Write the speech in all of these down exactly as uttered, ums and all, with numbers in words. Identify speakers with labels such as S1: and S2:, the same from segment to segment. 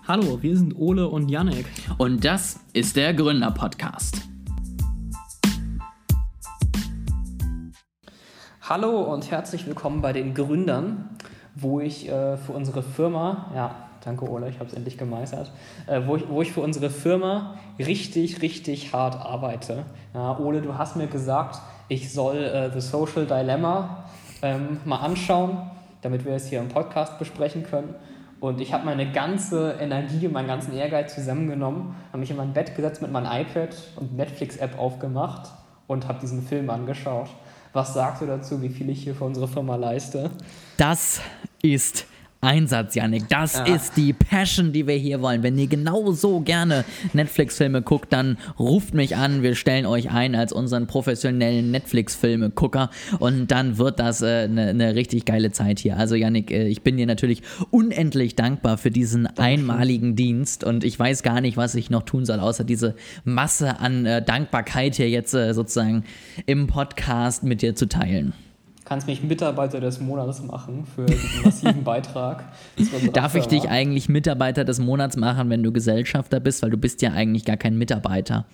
S1: Hallo, wir sind Ole und Yannick.
S2: Und das ist der Gründer-Podcast.
S3: Hallo und herzlich willkommen bei den Gründern, wo ich äh, für unsere Firma, ja, danke Ole, ich habe es endlich gemeistert, äh, wo, ich, wo ich für unsere Firma richtig, richtig hart arbeite. Ja, Ole, du hast mir gesagt, ich soll äh, The Social Dilemma ähm, mal anschauen, damit wir es hier im Podcast besprechen können. Und ich habe meine ganze Energie und meinen ganzen Ehrgeiz zusammengenommen, habe mich in mein Bett gesetzt mit meinem iPad und Netflix-App aufgemacht und habe diesen Film angeschaut. Was sagst du dazu, wie viel ich hier für unsere Firma leiste?
S2: Das ist Einsatz, Yannick. Das
S3: Ja.
S2: ist die Passion, die wir hier wollen. Wenn ihr genau so gerne Netflix-Filme guckt, dann ruft mich an. Wir stellen euch ein als unseren professionellen Netflix-Filme-Gucker und dann wird das eine äh, ne, ne richtig geile Zeit hier. Also Yannick, äh, ich bin dir natürlich unendlich dankbar für diesen Dankeschön. einmaligen Dienst und ich weiß gar nicht, was ich noch tun soll, außer diese Masse an äh, Dankbarkeit hier jetzt äh, sozusagen im Podcast mit dir zu teilen.
S3: Kannst mich Mitarbeiter des Monats machen für diesen massiven Beitrag.
S2: Darf ich dich eigentlich Mitarbeiter des Monats machen, wenn du Gesellschafter bist? Weil du bist ja eigentlich gar kein Mitarbeiter.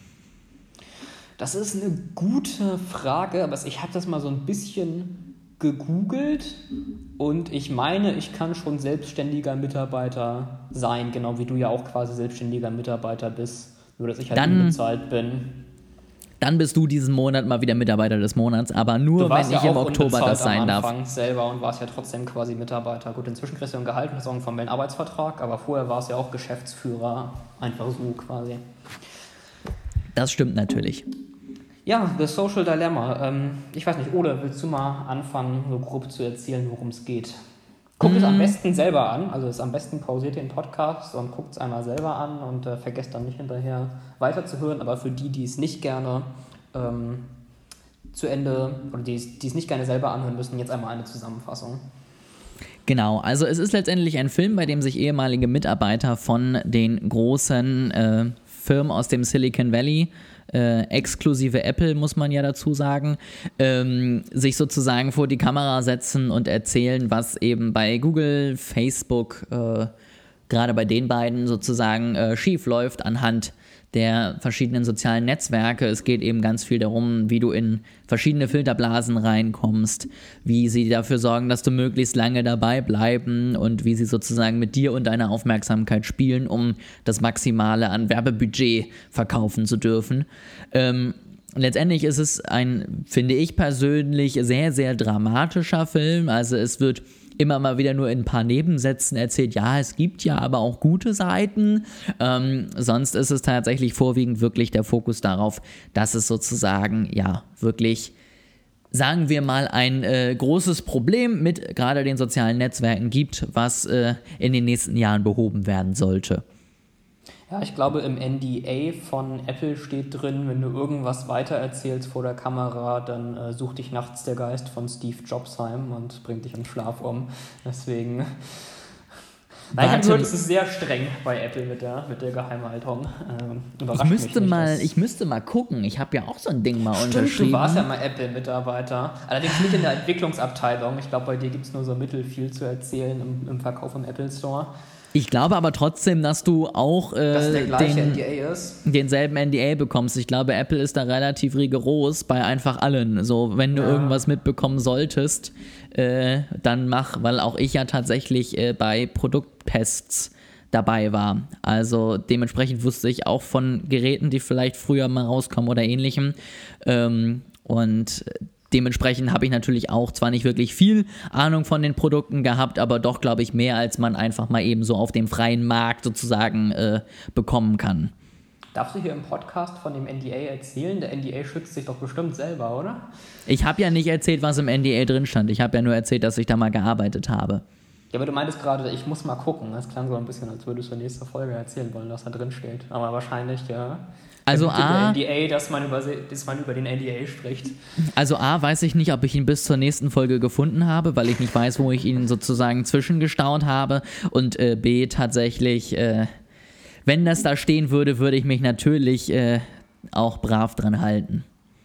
S3: Das ist eine gute Frage, aber ich habe das mal so ein bisschen gegoogelt und ich meine, ich kann schon selbstständiger Mitarbeiter sein, genau wie du ja auch quasi selbstständiger Mitarbeiter bist, nur dass ich halt
S2: Dann
S3: unbezahlt bin.
S2: Dann bist du diesen Monat mal wieder Mitarbeiter des Monats, aber nur, wenn
S3: ja
S2: ich im Oktober das sein
S3: am
S2: darf.
S3: Anfang selber und warst ja trotzdem quasi Mitarbeiter. Gut, inzwischen kriegst du ein Gehalt, hast auch einen formellen Arbeitsvertrag, aber vorher warst du ja auch Geschäftsführer, einfach so quasi.
S2: Das stimmt natürlich.
S3: Ja, The Social Dilemma. Ähm, ich weiß nicht, Ole, willst du mal anfangen, so grob zu erzählen, worum es geht? Guckt mm. es am besten selber an, also es am besten pausiert den Podcast und guckt es einmal selber an und äh, vergesst dann nicht hinterher weiterzuhören, aber für die, die es nicht gerne ähm, zu Ende, oder die, die es nicht gerne selber anhören müssen, jetzt einmal eine Zusammenfassung.
S2: Genau, also es ist letztendlich ein Film, bei dem sich ehemalige Mitarbeiter von den großen äh, Firmen aus dem Silicon Valley, äh, exklusive Apple, muss man ja dazu sagen, ähm, sich sozusagen vor die Kamera setzen und erzählen, was eben bei Google, Facebook, äh, gerade bei den beiden sozusagen äh, schief läuft anhand der verschiedenen sozialen Netzwerke. Es geht eben ganz viel darum, wie du in verschiedene Filterblasen reinkommst, wie sie dafür sorgen, dass du möglichst lange dabei bleiben und wie sie sozusagen mit dir und deiner Aufmerksamkeit spielen, um das Maximale an Werbebudget verkaufen zu dürfen. Ähm, letztendlich ist es ein, finde ich persönlich, sehr, sehr dramatischer Film. Also es wird immer mal wieder nur in ein paar Nebensätzen erzählt, ja, es gibt ja aber auch gute Seiten. Ähm, sonst ist es tatsächlich vorwiegend wirklich der Fokus darauf, dass es sozusagen, ja, wirklich, sagen wir mal, ein äh, großes Problem mit gerade den sozialen Netzwerken gibt, was äh, in den nächsten Jahren behoben werden sollte.
S3: Ja, ich glaube, im N D A von Apple steht drin, wenn du irgendwas weitererzählst vor der Kamera, dann äh, sucht dich nachts der Geist von Steve Jobs heim und bringt dich im Schlaf um. Deswegen... Nein, ich habe gehört, es ist sehr streng bei Apple mit der, mit der Geheimhaltung. Ähm,
S2: ich, müsste nicht, mal, ich müsste mal gucken. Ich habe ja auch so ein Ding mal Stimmt, unterschrieben.
S3: Du warst ja mal Apple-Mitarbeiter. Allerdings nicht in der Entwicklungsabteilung. Ich glaube, bei dir gibt es nur so mittelfiel zu erzählen im, im Verkauf im Apple Store.
S2: Ich glaube aber trotzdem, dass du auch äh,
S3: dass der gleiche
S2: den,
S3: N D A ist.
S2: denselben N D A bekommst. Ich glaube, Apple ist da relativ rigoros bei einfach allen. So, wenn du
S3: ja.
S2: irgendwas mitbekommen solltest, äh, dann mach, weil auch ich ja tatsächlich äh, bei Produkttests dabei war. Also dementsprechend wusste ich auch von Geräten, die vielleicht früher mal rauskommen oder ähnlichem. Ähm, und dementsprechend habe ich natürlich auch zwar nicht wirklich viel Ahnung von den Produkten gehabt, aber doch, glaube ich, mehr, als man einfach mal eben so auf dem freien Markt sozusagen äh, bekommen kann.
S3: Darfst du hier im Podcast von dem N D A erzählen? Der N D A schützt sich doch bestimmt selber, oder?
S2: Ich habe ja nicht erzählt, was im N D A drin stand. Ich habe ja nur erzählt, dass ich da mal gearbeitet habe.
S3: Ja, aber du meintest gerade, ich muss mal gucken. Das klang so ein bisschen, als würdest du in nächster Folge erzählen wollen, was da drin steht. Aber wahrscheinlich, ja...
S2: Also A,
S3: N D A, dass man, über, dass man über den N D A spricht.
S2: Also A, weiß ich nicht, ob ich ihn bis zur nächsten Folge gefunden habe, weil ich nicht weiß, wo ich ihn sozusagen zwischengestaut habe. Und äh, B, tatsächlich, äh, wenn das da stehen würde, würde ich mich natürlich äh, auch brav dran halten.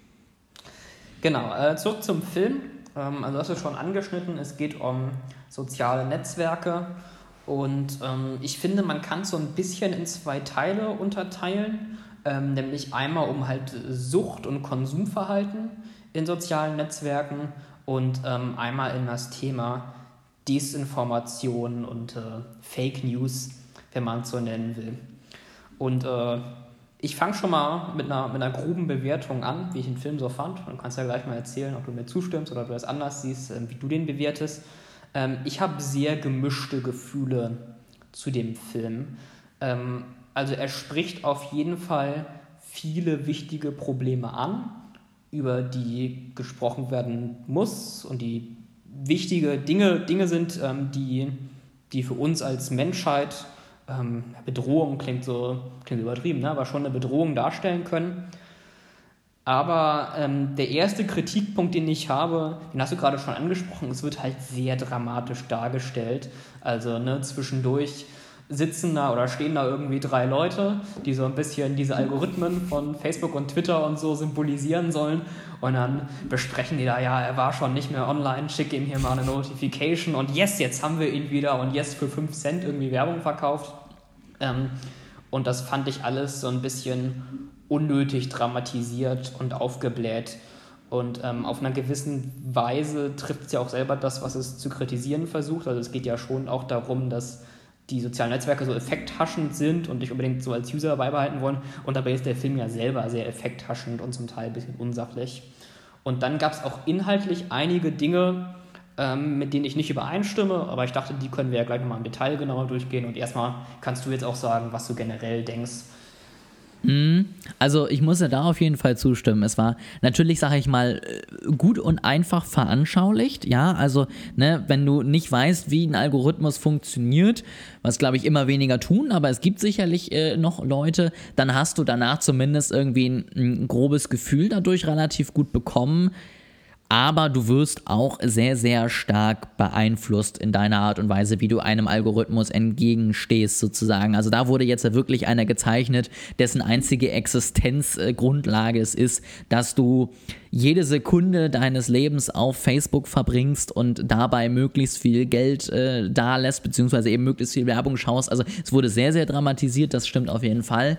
S3: Genau, äh, zurück zum Film. Ähm, also das ist schon angeschnitten, es geht um soziale Netzwerke Und ähm, ich finde, man kann es so ein bisschen in zwei Teile unterteilen, ähm, nämlich einmal um halt Sucht- und Konsumverhalten in sozialen Netzwerken und ähm, einmal in das Thema Desinformation und äh, Fake News, wenn man es so nennen will. Und äh, ich fange schon mal mit einer, mit einer groben Bewertung an, wie ich den Film so fand. Du kannst ja gleich mal erzählen, ob du mir zustimmst oder du das anders siehst, äh, wie du den bewertest. Ähm, ich habe sehr gemischte Gefühle zu dem Film. Ähm, also er spricht auf jeden Fall viele wichtige Probleme an, über die gesprochen werden muss und die wichtige Dinge, Dinge sind, ähm, die, die für uns als Menschheit ähm, Bedrohung klingt so klingt übertrieben, ne? Aber schon eine Bedrohung darstellen können. Aber ähm, der erste Kritikpunkt, den ich habe, den hast du gerade schon angesprochen, es wird halt sehr dramatisch dargestellt. Also ne, zwischendurch sitzen da oder stehen da irgendwie drei Leute, die so ein bisschen diese Algorithmen von Facebook und Twitter und so symbolisieren sollen. Und dann besprechen die da, ja, er war schon nicht mehr online, schick ihm hier mal eine Notification und yes, jetzt haben wir ihn wieder und yes, für fünf Cent irgendwie Werbung verkauft. Ähm, und das fand ich alles so ein bisschen unnötig dramatisiert und aufgebläht. Und ähm, auf einer gewissen Weise trifft es ja auch selber das, was es zu kritisieren versucht. Also es geht ja schon auch darum, dass die sozialen Netzwerke so effekthaschend sind und dich unbedingt so als User beibehalten wollen. Und dabei ist der Film ja selber sehr effekthaschend und zum Teil ein bisschen unsachlich. Und dann gab es auch inhaltlich einige Dinge, ähm, mit denen ich nicht übereinstimme, aber ich dachte, die können wir ja gleich nochmal im Detail genauer durchgehen. Und erstmal kannst du jetzt auch sagen, was du generell denkst.
S2: Also ich muss ja da auf jeden Fall zustimmen. Es war natürlich, sage ich mal, gut und einfach veranschaulicht. Ja, also ne, wenn du nicht weißt, wie ein Algorithmus funktioniert, was glaube ich immer weniger tun, aber es gibt sicherlich äh, noch Leute, dann hast du danach zumindest irgendwie ein, ein grobes Gefühl dadurch relativ gut bekommen. Aber du wirst auch sehr, sehr stark beeinflusst in deiner Art und Weise, wie du einem Algorithmus entgegenstehst sozusagen. Also da wurde jetzt ja wirklich einer gezeichnet, dessen einzige Existenzgrundlage es ist, dass du jede Sekunde deines Lebens auf Facebook verbringst und dabei möglichst viel Geld äh, da lässt, beziehungsweise eben möglichst viel Werbung schaust. Also es wurde sehr, sehr dramatisiert, das stimmt auf jeden Fall.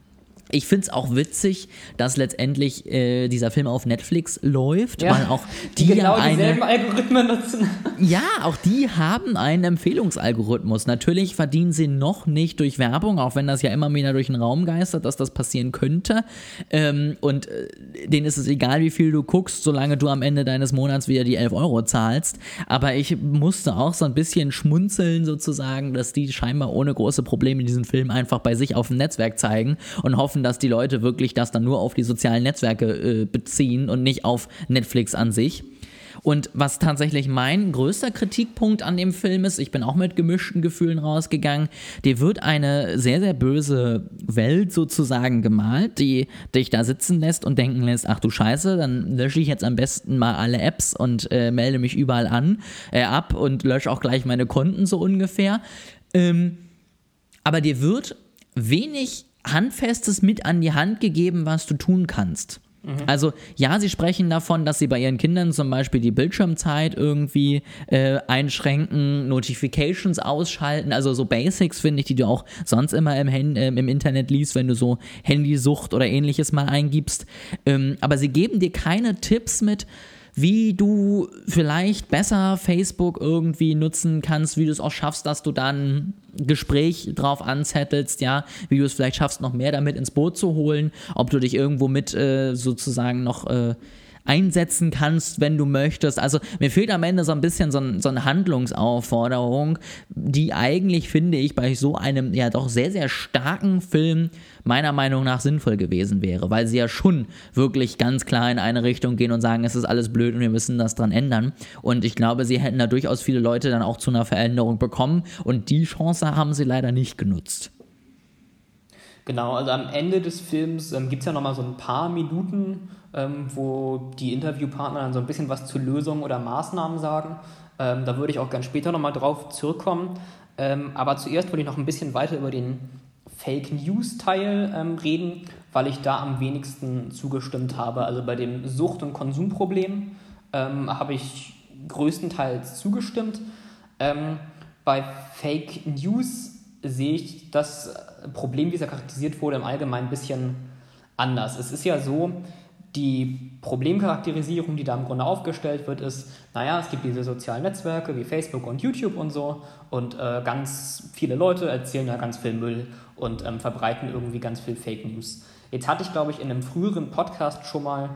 S2: Ich finde es auch witzig, dass letztendlich äh, dieser Film auf Netflix läuft, ja, weil auch die, die genau eine,
S3: dieselben Algorithmen nutzen.
S2: Ja, auch die haben einen Empfehlungsalgorithmus. Natürlich verdienen sie noch nicht durch Werbung, auch wenn das ja immer wieder durch den Raum geistert, dass das passieren könnte. Ähm, und äh, denen ist es egal, wie viel du guckst, solange du am Ende deines Monats wieder die elf Euro zahlst. Aber ich musste auch so ein bisschen schmunzeln sozusagen, dass die scheinbar ohne große Probleme diesen Film einfach bei sich auf dem Netzwerk zeigen und hoffen, dass die Leute wirklich das dann nur auf die sozialen Netzwerke äh, beziehen und nicht auf Netflix an sich. Und was tatsächlich mein größter Kritikpunkt an dem Film ist, ich bin auch mit gemischten Gefühlen rausgegangen, dir wird eine sehr, sehr böse Welt sozusagen gemalt, die dich da sitzen lässt und denken lässt, ach du Scheiße, dann lösche ich jetzt am besten mal alle Apps und äh, melde mich überall an, äh, ab und lösche auch gleich meine Konten so ungefähr. Ähm, aber dir wird wenig Handfestes mit an die Hand gegeben, was du tun kannst. Mhm. Also ja, sie sprechen davon, dass sie bei ihren Kindern zum Beispiel die Bildschirmzeit irgendwie äh, einschränken, Notifications ausschalten, also so Basics, finde ich, die du auch sonst immer im, Hand, äh, im Internet liest, wenn du so Handysucht oder ähnliches mal eingibst. Ähm, aber sie geben dir keine Tipps mit, wie du vielleicht besser Facebook irgendwie nutzen kannst, wie du es auch schaffst, dass du dann ein Gespräch drauf anzettelst, ja, wie du es vielleicht schaffst, noch mehr damit ins Boot zu holen, ob du dich irgendwo mit äh, sozusagen noch äh, einsetzen kannst, wenn du möchtest. Also mir fehlt am Ende so ein bisschen so, ein, so eine Handlungsaufforderung, die eigentlich, finde ich, bei so einem ja doch sehr, sehr starken Film meiner Meinung nach sinnvoll gewesen wäre, weil sie ja schon wirklich ganz klar in eine Richtung gehen und sagen, es ist alles blöd und wir müssen das dran ändern. Und ich glaube, sie hätten da durchaus viele Leute dann auch zu einer Veränderung bekommen und die Chance haben sie leider nicht genutzt.
S3: Genau, also am Ende des Films ähm, gibt es ja nochmal so ein paar Minuten, ähm, wo die Interviewpartner dann so ein bisschen was zu Lösungen oder Maßnahmen sagen. Ähm, da würde ich auch ganz später nochmal drauf zurückkommen. Ähm, aber zuerst würde ich noch ein bisschen weiter über den Fake-News-Teil ähm, reden, weil ich da am wenigsten zugestimmt habe. Also bei dem Sucht- und Konsumproblem ähm, habe ich größtenteils zugestimmt. Ähm, bei Fake News sehe ich das Problem, wie es ja charakterisiert wurde, im Allgemeinen ein bisschen anders. Es ist ja so, die Problemcharakterisierung, die da im Grunde aufgestellt wird, ist, naja, es gibt diese sozialen Netzwerke wie Facebook und YouTube und so und äh, ganz viele Leute erzählen da ganz viel Müll und ähm, verbreiten irgendwie ganz viel Fake News. Jetzt hatte ich, glaube ich, in einem früheren Podcast schon mal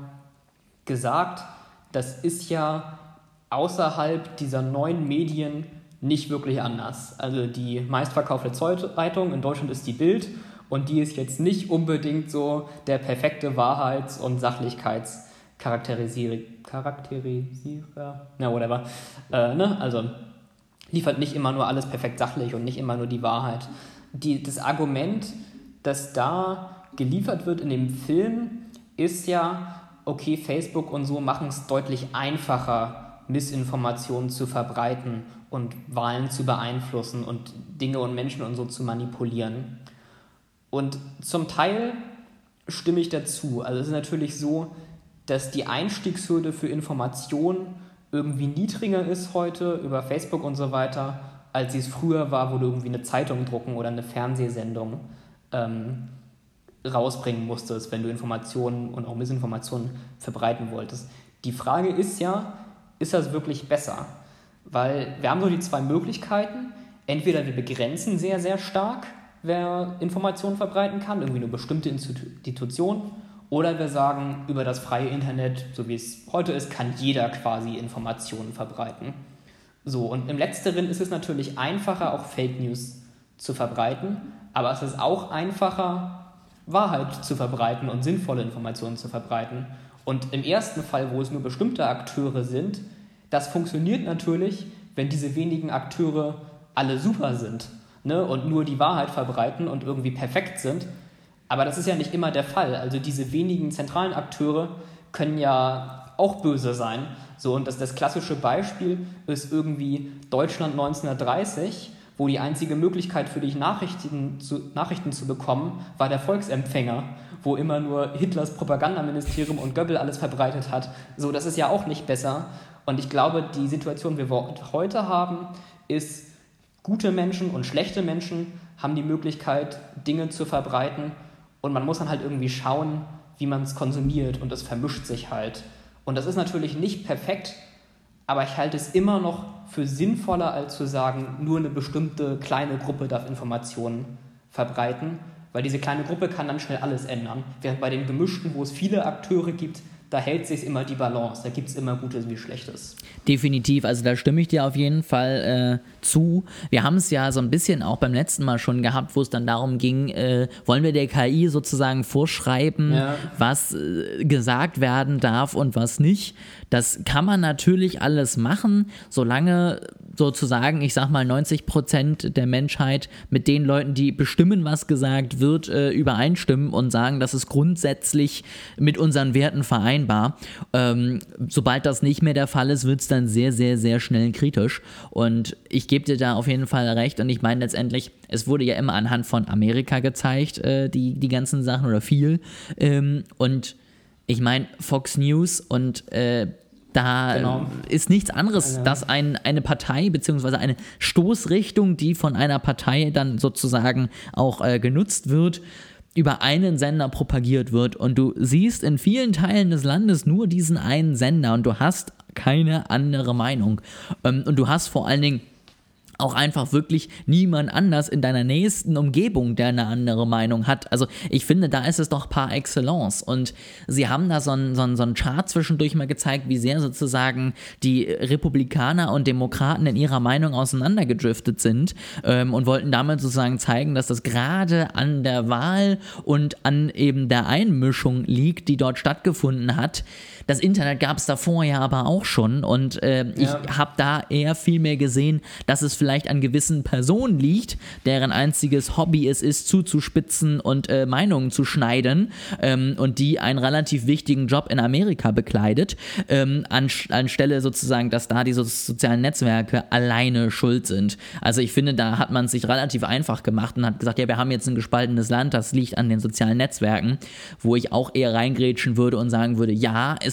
S3: gesagt, das ist ja außerhalb dieser neuen Medien nicht wirklich anders. Also die meistverkaufte Zeitung in Deutschland ist die Bild und die ist jetzt nicht unbedingt so der perfekte Wahrheits- und Sachlichkeitscharakterisierer, Charakterisierer, na whatever, äh, ne? Also liefert nicht immer nur alles perfekt sachlich und nicht immer nur die Wahrheit. Die, das Argument, das da geliefert wird in dem Film, ist ja, okay, Facebook und so machen es deutlich einfacher, Missinformationen zu verbreiten und Wahlen zu beeinflussen und Dinge und Menschen und so zu manipulieren. Und zum Teil stimme ich dazu. Also es ist natürlich so, dass die Einstiegshürde für Informationen irgendwie niedriger ist heute über Facebook und so weiter, als sie es früher war, wo du irgendwie eine Zeitung drucken oder eine Fernsehsendung ähm, rausbringen musstest, wenn du Informationen und auch Missinformationen verbreiten wolltest. Die Frage ist ja, ist das wirklich besser? Weil wir haben so die zwei Möglichkeiten. Entweder wir begrenzen sehr, sehr stark, wer Informationen verbreiten kann, irgendwie nur bestimmte Institutionen, oder wir sagen, über das freie Internet, so wie es heute ist, kann jeder quasi Informationen verbreiten. So, und im Letzteren ist es natürlich einfacher, auch Fake News zu verbreiten, aber es ist auch einfacher, Wahrheit zu verbreiten und sinnvolle Informationen zu verbreiten. Und im ersten Fall, wo es nur bestimmte Akteure sind, das funktioniert natürlich, wenn diese wenigen Akteure alle super sind, ne, und nur die Wahrheit verbreiten und irgendwie perfekt sind. Aber das ist ja nicht immer der Fall. Also diese wenigen zentralen Akteure können ja auch böse sein. So, und das, das klassische Beispiel ist irgendwie Deutschland neunzehnhundertdreißig, wo die einzige Möglichkeit für dich Nachrichten zu, Nachrichten zu bekommen, war der Volksempfänger, wo immer nur Hitlers Propagandaministerium und Goebbels alles verbreitet hat. So, das ist ja auch nicht besser. Und ich glaube, die Situation, die wir heute haben, ist, gute Menschen und schlechte Menschen haben die Möglichkeit, Dinge zu verbreiten. Und man muss dann halt irgendwie schauen, wie man es konsumiert. Und es vermischt sich halt. Und das ist natürlich nicht perfekt, aber ich halte es immer noch für sinnvoller, als zu sagen, nur eine bestimmte kleine Gruppe darf Informationen verbreiten. Weil diese kleine Gruppe kann dann schnell alles ändern. Während bei den Gemischten, wo es viele Akteure gibt, da hält sich immer die Balance, da gibt es immer Gutes wie Schlechtes.
S2: Definitiv, also da stimme ich dir auf jeden Fall äh, zu. Wir haben es ja so ein bisschen auch beim letzten Mal schon gehabt, wo es dann darum ging, äh, wollen wir der K I sozusagen vorschreiben, ja, was äh, gesagt werden darf und was nicht. Das kann man natürlich alles machen, solange sozusagen, ich sag mal, neunzig Prozent der Menschheit mit den Leuten, die bestimmen, was gesagt wird, äh, übereinstimmen und sagen, das ist grundsätzlich mit unseren Werten vereinbar. Ähm, sobald das nicht mehr der Fall ist, wird es dann sehr, sehr, sehr schnell kritisch. Und ich gebe dir da auf jeden Fall recht. Und ich meine letztendlich, es wurde ja immer anhand von Amerika gezeigt, äh, die, die ganzen Sachen oder viel. Ähm, und ich meine, Fox News und äh, da genau. ist nichts anderes, ja. dass ein, eine Partei bzw. eine Stoßrichtung, die von einer Partei dann sozusagen auch äh, genutzt wird, über einen Sender propagiert wird. Und du siehst in vielen Teilen des Landes nur diesen einen Sender und du hast keine andere Meinung. Ähm, und du hast vor allen Dingen auch einfach wirklich niemand anders in deiner nächsten Umgebung, der eine andere Meinung hat. Also ich finde, da ist es doch par excellence. Und sie haben da so einen so so einen Chart zwischendurch mal gezeigt, wie sehr sozusagen die Republikaner und Demokraten in ihrer Meinung auseinandergedriftet sind ähm, und wollten damit sozusagen zeigen, dass das gerade an der Wahl und an eben der Einmischung liegt, die dort stattgefunden hat. Das Internet gab es davor ja aber auch schon und äh, ja. ich habe da eher viel mehr gesehen, dass es vielleicht an gewissen Personen liegt, deren einziges Hobby es ist, zuzuspitzen und äh, Meinungen zu schneiden ähm, und die einen relativ wichtigen Job in Amerika bekleidet, ähm, an, anstelle sozusagen, dass da die so sozialen Netzwerke alleine schuld sind. Also ich finde, da hat man es sich relativ einfach gemacht und hat gesagt, ja, wir haben jetzt ein gespaltenes Land, das liegt an den sozialen Netzwerken, wo ich auch eher reingrätschen würde und sagen würde, ja, es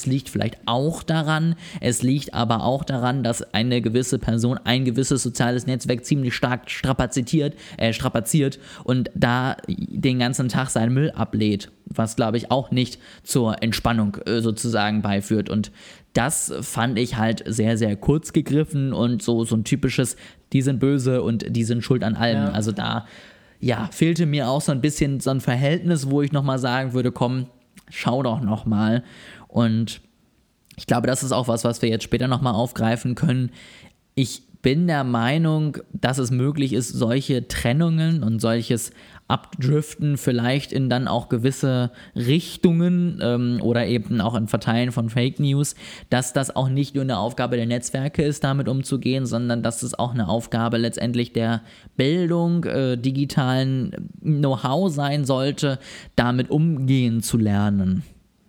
S2: Es liegt vielleicht auch daran, es liegt aber auch daran, dass eine gewisse Person ein gewisses soziales Netzwerk ziemlich stark strapaziert, äh, strapaziert und da den ganzen Tag seinen Müll ablädt, was, glaube ich, auch nicht zur Entspannung äh, sozusagen beiführt. Und das fand ich halt sehr, sehr kurz gegriffen und so, so ein typisches, die sind böse und die sind schuld an allem. Ja. Also da, ja, fehlte mir auch so ein bisschen so ein Verhältnis, wo ich nochmal sagen würde, komm, schau doch nochmal. Und ich glaube, das ist auch was, was wir jetzt später nochmal aufgreifen können. Ich bin der Meinung, dass es möglich ist, solche Trennungen und solches Abdriften vielleicht in dann auch gewisse Richtungen ähm, oder eben auch ein Verteilen von Fake News, dass das auch nicht nur eine Aufgabe der Netzwerke ist, damit umzugehen, sondern dass es auch eine Aufgabe letztendlich der Bildung, äh, digitalen Know-how sein sollte, damit umgehen zu lernen.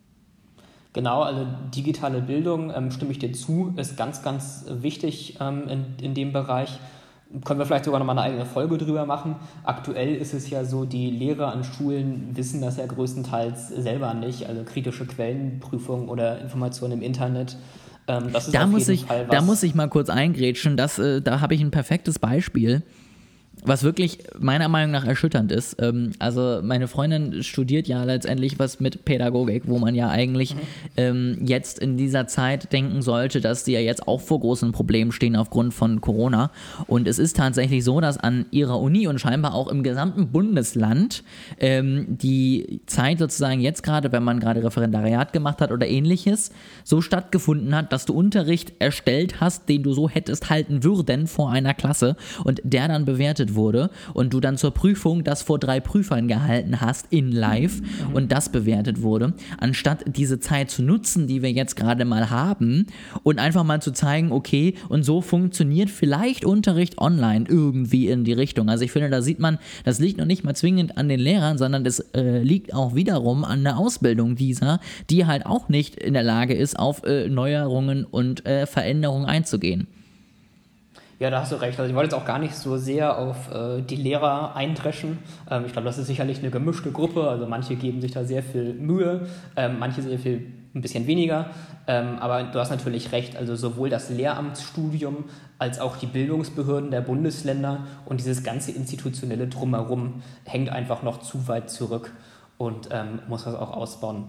S3: Genau, also digitale Bildung, ähm, stimme ich dir zu, ist ganz, ganz wichtig ähm, in, in dem Bereich. Können wir vielleicht sogar nochmal eine eigene Folge drüber machen. Aktuell ist es ja so, die Lehrer an Schulen wissen das ja größtenteils selber nicht, also kritische Quellenprüfung oder Informationen im Internet. Ähm, das ist
S2: da
S3: auf
S2: muss
S3: jeden
S2: ich,
S3: Fall was.
S2: Da muss ich mal kurz eingrätschen, das, äh, da habe ich ein perfektes Beispiel. Was wirklich meiner Meinung nach erschütternd ist. Ähm, also meine Freundin studiert ja letztendlich was mit Pädagogik, wo man ja eigentlich mhm. ähm, jetzt in dieser Zeit denken sollte, dass die ja jetzt auch vor großen Problemen stehen aufgrund von Corona. Und es ist tatsächlich so, dass an ihrer Uni und scheinbar auch im gesamten Bundesland ähm, die Zeit sozusagen jetzt gerade, wenn man gerade Referendariat gemacht hat oder ähnliches, so stattgefunden hat, dass du Unterricht erstellt hast, den du so hättest halten würden vor einer Klasse und der dann bewertet wurde und du dann zur Prüfung das vor drei Prüfern gehalten hast in live mhm. und das bewertet wurde, anstatt diese Zeit zu nutzen, die wir jetzt gerade mal haben und einfach mal zu zeigen, okay, und so funktioniert vielleicht Unterricht online irgendwie in die Richtung. Also ich finde, da sieht man, das liegt noch nicht mal zwingend an den Lehrern, sondern es äh, liegt auch wiederum an der Ausbildung dieser, die halt auch nicht in der Lage ist, auf äh, Neuerungen und äh, Veränderungen einzugehen.
S3: Ja, da hast du recht. Also ich wollte jetzt auch gar nicht so sehr auf äh, die Lehrer eindreschen. Ähm, ich glaube, das ist sicherlich eine gemischte Gruppe. Also manche geben sich da sehr viel Mühe, ähm, manche sehr viel, ein bisschen weniger. Ähm, aber du hast natürlich recht. Also sowohl das Lehramtsstudium als auch die Bildungsbehörden der Bundesländer und dieses ganze institutionelle Drumherum hängt einfach noch zu weit zurück und ähm, muss das auch ausbauen.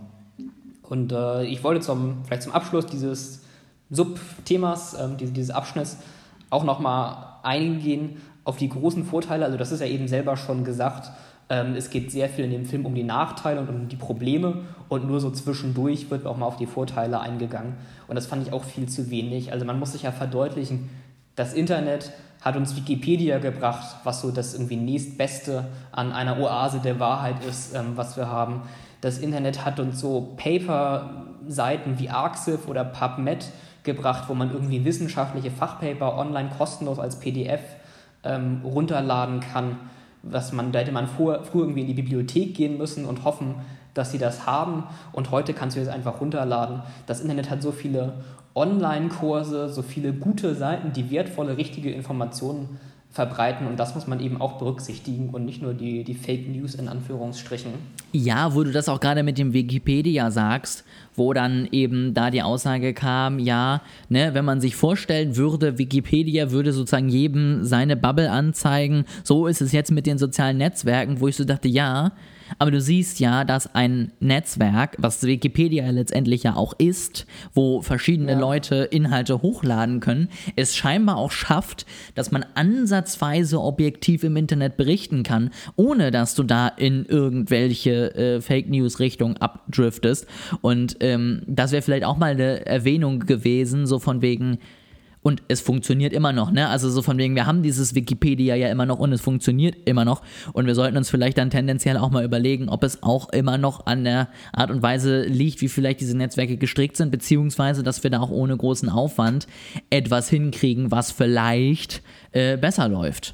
S3: Und äh, ich wollte zum, vielleicht zum Abschluss dieses Subthemas, ähm, dieses, dieses Abschnitts, auch nochmal eingehen auf die großen Vorteile. Also das ist ja eben selber schon gesagt, ähm, es geht sehr viel in dem Film um die Nachteile und um die Probleme und nur so zwischendurch wird auch mal auf die Vorteile eingegangen. Und das fand ich auch viel zu wenig. Also man muss sich ja verdeutlichen, das Internet hat uns Wikipedia gebracht, was so das irgendwie nächstbeste an einer Oase der Wahrheit ist, ähm, was wir haben. Das Internet hat uns so Paper-Seiten wie Arxiv oder PubMed gebracht, wo man irgendwie wissenschaftliche Fachpaper online kostenlos als P D F ähm, runterladen kann. Was man, da hätte man vor, früher irgendwie in die Bibliothek gehen müssen und hoffen, dass sie das haben. Und heute kannst du das einfach runterladen. Das Internet hat so viele Online-Kurse, so viele gute Seiten, die wertvolle, richtige Informationen verbreiten. Und das muss man eben auch berücksichtigen und nicht nur die, die Fake News in Anführungsstrichen.
S2: Ja, wo du das auch gerade mit dem Wikipedia sagst, wo dann eben da die Aussage kam, ja, ne, wenn man sich vorstellen würde, Wikipedia würde sozusagen jedem seine Bubble anzeigen, so ist es jetzt mit den sozialen Netzwerken, wo ich so dachte, ja, aber du siehst ja, dass ein Netzwerk, was Wikipedia letztendlich ja auch ist, wo verschiedene ja. Leute Inhalte hochladen können, es scheinbar auch schafft, dass man ansatzweise objektiv im Internet berichten kann, ohne dass du da in irgendwelche äh, Fake-News-Richtung abdriftest. Und ähm, das wäre vielleicht auch mal eine Erwähnung gewesen, so von wegen, und es funktioniert immer noch, ne? Also so von wegen, wir haben dieses Wikipedia ja immer noch und es funktioniert immer noch und wir sollten uns vielleicht dann tendenziell auch mal überlegen, ob es auch immer noch an der Art und Weise liegt, wie vielleicht diese Netzwerke gestrickt sind, beziehungsweise, dass wir da auch ohne großen Aufwand etwas hinkriegen, was vielleicht äh, besser läuft.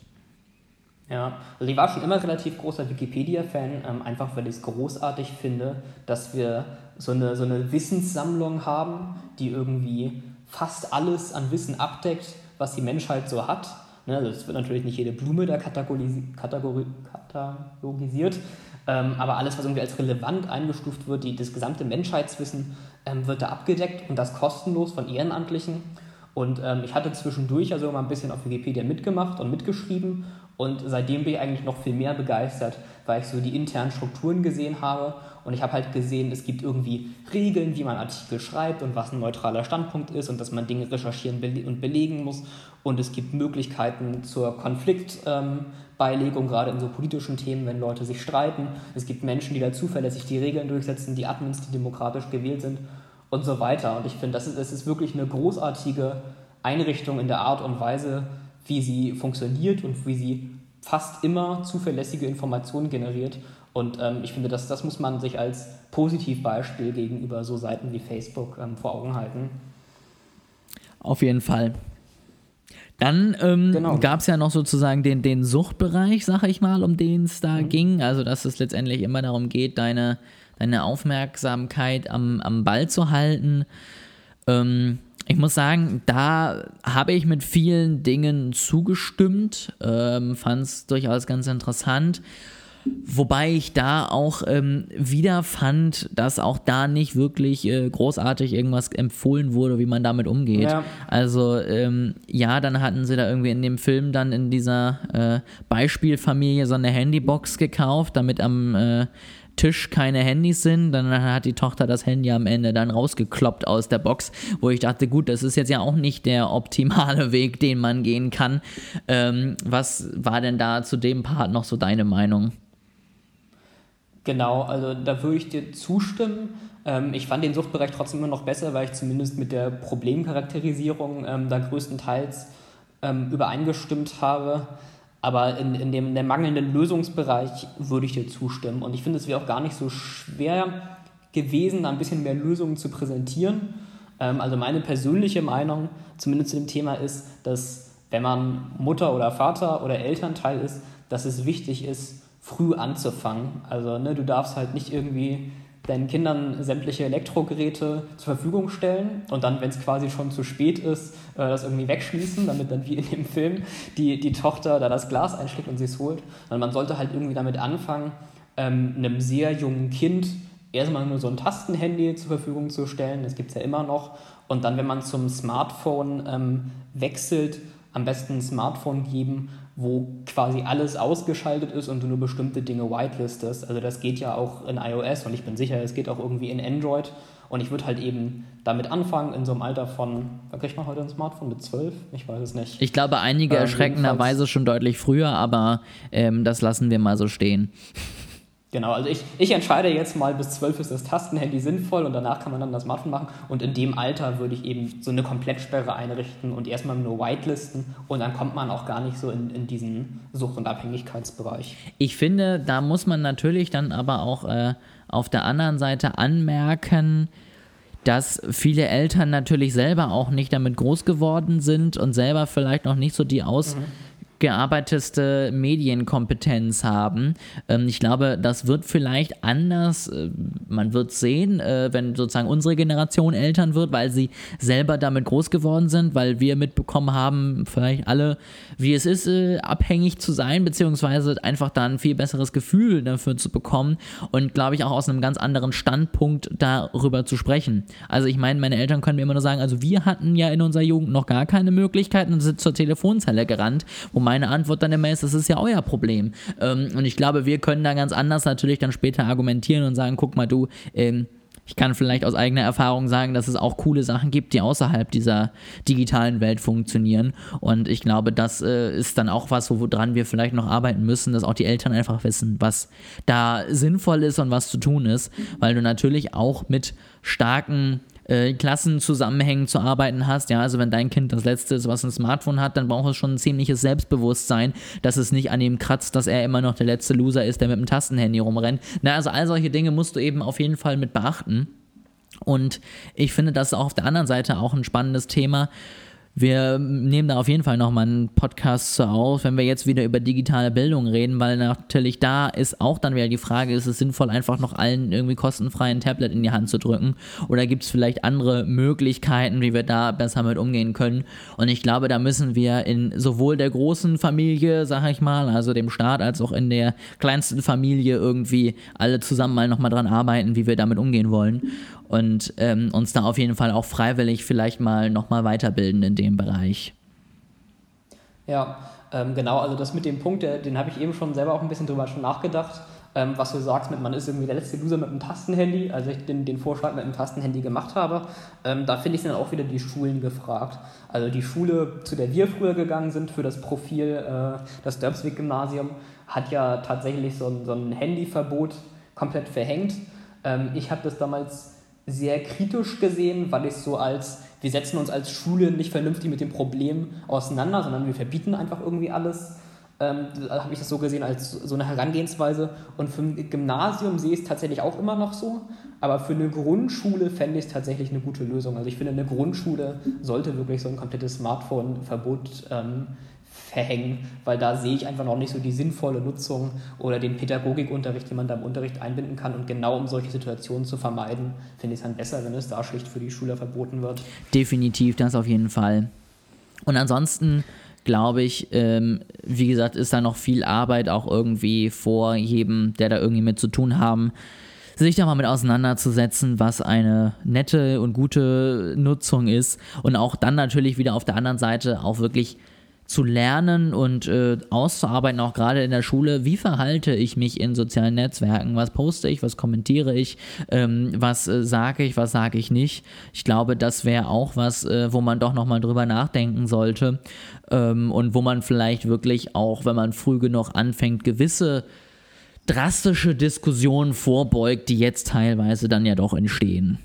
S3: Ja, also ich war schon immer relativ großer Wikipedia-Fan, ähm, einfach weil ich es großartig finde, dass wir so eine, so eine Wissenssammlung haben, die irgendwie fast alles an Wissen abdeckt, was die Menschheit so hat. Ne, also es wird natürlich nicht jede Blume da kategorisi- kategori- katalogisiert, Ähm, aber alles, was irgendwie als relevant eingestuft wird, die, das gesamte Menschheitswissen, ähm, wird da abgedeckt und das kostenlos von Ehrenamtlichen. Und ähm, ich hatte zwischendurch also mal ein bisschen auf Wikipedia mitgemacht und mitgeschrieben und seitdem bin ich eigentlich noch viel mehr begeistert, weil ich so die internen Strukturen gesehen habe und ich habe halt gesehen, es gibt irgendwie Regeln, wie man Artikel schreibt und was ein neutraler Standpunkt ist und dass man Dinge recherchieren und belegen muss und es gibt Möglichkeiten zur Konfliktbeilegung, ähm, gerade in so politischen Themen, wenn Leute sich streiten. Es gibt Menschen, die da zuverlässig die Regeln durchsetzen, die Admins, die demokratisch gewählt sind und so weiter. Und ich finde, das ist, das ist wirklich eine großartige Einrichtung in der Art und Weise, wie sie funktioniert und wie sie fast immer zuverlässige Informationen generiert. Und ähm, ich finde, das, das muss man sich als Positivbeispiel gegenüber so Seiten wie Facebook ähm, vor Augen halten.
S2: Auf jeden Fall. Dann ähm, genau. gab es ja noch sozusagen den, den Suchtbereich, sag ich mal, um den es da mhm. ging. Also, dass es letztendlich immer darum geht, deine, deine Aufmerksamkeit am, am Ball zu halten. Ähm, ich muss sagen, da habe ich mit vielen Dingen zugestimmt, ähm, fand es durchaus ganz interessant. Wobei ich da auch ähm, wieder fand, dass auch da nicht wirklich äh, großartig irgendwas empfohlen wurde, wie man damit umgeht. Ja. Also ähm, ja, dann hatten sie da irgendwie in dem Film dann in dieser äh, Beispielfamilie so eine Handybox gekauft, damit am äh, Tisch keine Handys sind, dann hat die Tochter das Handy am Ende dann rausgekloppt aus der Box, wo ich dachte, gut, das ist jetzt ja auch nicht der optimale Weg, den man gehen kann. Ähm, was war denn da zu dem Part noch so deine Meinung?
S3: Genau, also da würde ich dir zustimmen. Ähm, ich fand den Suchtbereich trotzdem immer noch besser, weil ich zumindest mit der Problemcharakterisierung ähm, da größtenteils ähm, übereingestimmt habe. Aber in, in dem in der mangelnden Lösungsbereich würde ich dir zustimmen. Und ich finde, es wäre auch gar nicht so schwer gewesen, da ein bisschen mehr Lösungen zu präsentieren. Ähm, also meine persönliche Meinung, zumindest zu dem Thema, ist, dass wenn man Mutter oder Vater oder Elternteil ist, dass es wichtig ist, früh anzufangen. Also ne, du darfst halt nicht irgendwie deinen Kindern sämtliche Elektrogeräte zur Verfügung stellen und dann, wenn es quasi schon zu spät ist, äh, das irgendwie wegschließen, damit dann wie in dem Film die, die Tochter da das Glas einschlägt und sie es holt. Sondern man sollte halt irgendwie damit anfangen, ähm, einem sehr jungen Kind erstmal nur so ein Tastenhandy zur Verfügung zu stellen, das gibt es ja immer noch. Und dann, wenn man zum Smartphone ähm, wechselt, am besten ein Smartphone geben, wo quasi alles ausgeschaltet ist und du nur bestimmte Dinge whitelistest. Also das geht ja auch in iOS und ich bin sicher, es geht auch irgendwie in Android. Und ich würde halt eben damit anfangen, in so einem Alter von, wann kriegt man heute ein Smartphone? Mit zwölf? Ich weiß es nicht.
S2: Ich glaube, einige ähm, erschreckenderweise schon deutlich früher, aber ähm, das lassen wir mal so stehen.
S3: Genau, also ich, ich entscheide jetzt mal, bis zwölf ist das Tastenhandy sinnvoll und danach kann man dann das Smartphone machen. Und in dem Alter würde ich eben so eine Komplettsperre einrichten und erstmal nur whitelisten und dann kommt man auch gar nicht so in, in diesen Sucht- und Abhängigkeitsbereich.
S2: Ich finde, da muss man natürlich dann aber auch äh, auf der anderen Seite anmerken, dass viele Eltern natürlich selber auch nicht damit groß geworden sind und selber vielleicht noch nicht so die Aus... Mhm. gearbeiteste Medienkompetenz haben. Ähm, ich glaube, das wird vielleicht anders, äh, man wird sehen, äh, wenn sozusagen unsere Generation Eltern wird, weil sie selber damit groß geworden sind, weil wir mitbekommen haben, vielleicht alle, wie es ist, äh, abhängig zu sein, beziehungsweise einfach da ein viel besseres Gefühl dafür zu bekommen und, glaube ich, auch aus einem ganz anderen Standpunkt darüber zu sprechen. Also ich meine, meine Eltern können mir immer nur sagen, also wir hatten ja in unserer Jugend noch gar keine Möglichkeiten und sind zur Telefonzelle gerannt, wo meine Antwort dann immer ist, das ist ja euer Problem. Ähm, und ich glaube, wir können da ganz anders natürlich dann später argumentieren und sagen, guck mal du, ähm, ich kann vielleicht aus eigener Erfahrung sagen, dass es auch coole Sachen gibt, die außerhalb dieser digitalen Welt funktionieren. Und ich glaube, das äh, ist dann auch was, woran wir vielleicht noch arbeiten müssen, dass auch die Eltern einfach wissen, was da sinnvoll ist und was zu tun ist. Weil du natürlich auch mit starken Äh, Klassenzusammenhängen zu arbeiten hast, ja, also wenn dein Kind das Letzte ist, was ein Smartphone hat, dann braucht es schon ein ziemliches Selbstbewusstsein, dass es nicht an ihm kratzt, dass er immer noch der letzte Loser ist, der mit dem Tastenhandy rumrennt. Na, also all solche Dinge musst du eben auf jeden Fall mit beachten und ich finde, das ist auch auf der anderen Seite auch ein spannendes Thema. Wir nehmen da auf jeden Fall nochmal einen Podcast zu auf, wenn wir jetzt wieder über digitale Bildung reden, weil natürlich da ist auch dann wieder die Frage, ist es sinnvoll, einfach noch allen irgendwie kostenfrei ein Tablet in die Hand zu drücken, oder gibt es vielleicht andere Möglichkeiten, wie wir da besser mit umgehen können? Und ich glaube, da müssen wir in sowohl der großen Familie, sag ich mal, also dem Staat, als auch in der kleinsten Familie irgendwie alle zusammen mal nochmal dran arbeiten, wie wir damit umgehen wollen. Und ähm, uns da auf jeden Fall auch freiwillig vielleicht mal nochmal weiterbilden in dem Bereich.
S3: Ja, ähm, genau, also das mit dem Punkt, der, den habe ich eben schon selber auch ein bisschen drüber schon nachgedacht, ähm, was du sagst, mit man ist irgendwie der letzte Loser mit dem Tastenhandy, also ich den, den Vorschlag mit dem Tastenhandy gemacht habe, ähm, da finde ich dann auch wieder die Schulen gefragt. Also die Schule, zu der wir früher gegangen sind für das Profil, äh, das Dörbsweg-Gymnasium, hat ja tatsächlich so ein, so ein Handyverbot komplett verhängt. Ähm, ich habe das damals sehr kritisch gesehen, weil ich so als, wir setzen uns als Schule nicht vernünftig mit dem Problem auseinander, sondern wir verbieten einfach irgendwie alles. Ähm, da habe ich das so gesehen als so eine Herangehensweise. Und für ein Gymnasium sehe ich es tatsächlich auch immer noch so, aber für eine Grundschule fände ich es tatsächlich eine gute Lösung. Also ich finde, eine Grundschule sollte wirklich so ein komplettes Smartphone-Verbot ähm, verhängen, weil da sehe ich einfach noch nicht so die sinnvolle Nutzung oder den Pädagogikunterricht, den man da im Unterricht einbinden kann. Und genau um solche Situationen zu vermeiden, finde ich es dann besser, wenn es da schlicht für die Schüler verboten wird.
S2: Definitiv, das auf jeden Fall. Und ansonsten glaube ich, ähm, wie gesagt, ist da noch viel Arbeit auch irgendwie vor jedem, der da irgendwie mit zu tun haben, sich da mal mit auseinanderzusetzen, was eine nette und gute Nutzung ist. Und auch dann natürlich wieder auf der anderen Seite auch wirklich zu lernen und äh, auszuarbeiten, auch gerade in der Schule, wie verhalte ich mich in sozialen Netzwerken, was poste ich, was kommentiere ich, ähm, was äh, sage ich, was sage ich nicht. Ich glaube, das wäre auch was, äh, wo man doch nochmal drüber nachdenken sollte, ähm, und wo man vielleicht wirklich auch, wenn man früh genug anfängt, gewisse drastische Diskussionen vorbeugt, die jetzt teilweise dann ja doch entstehen.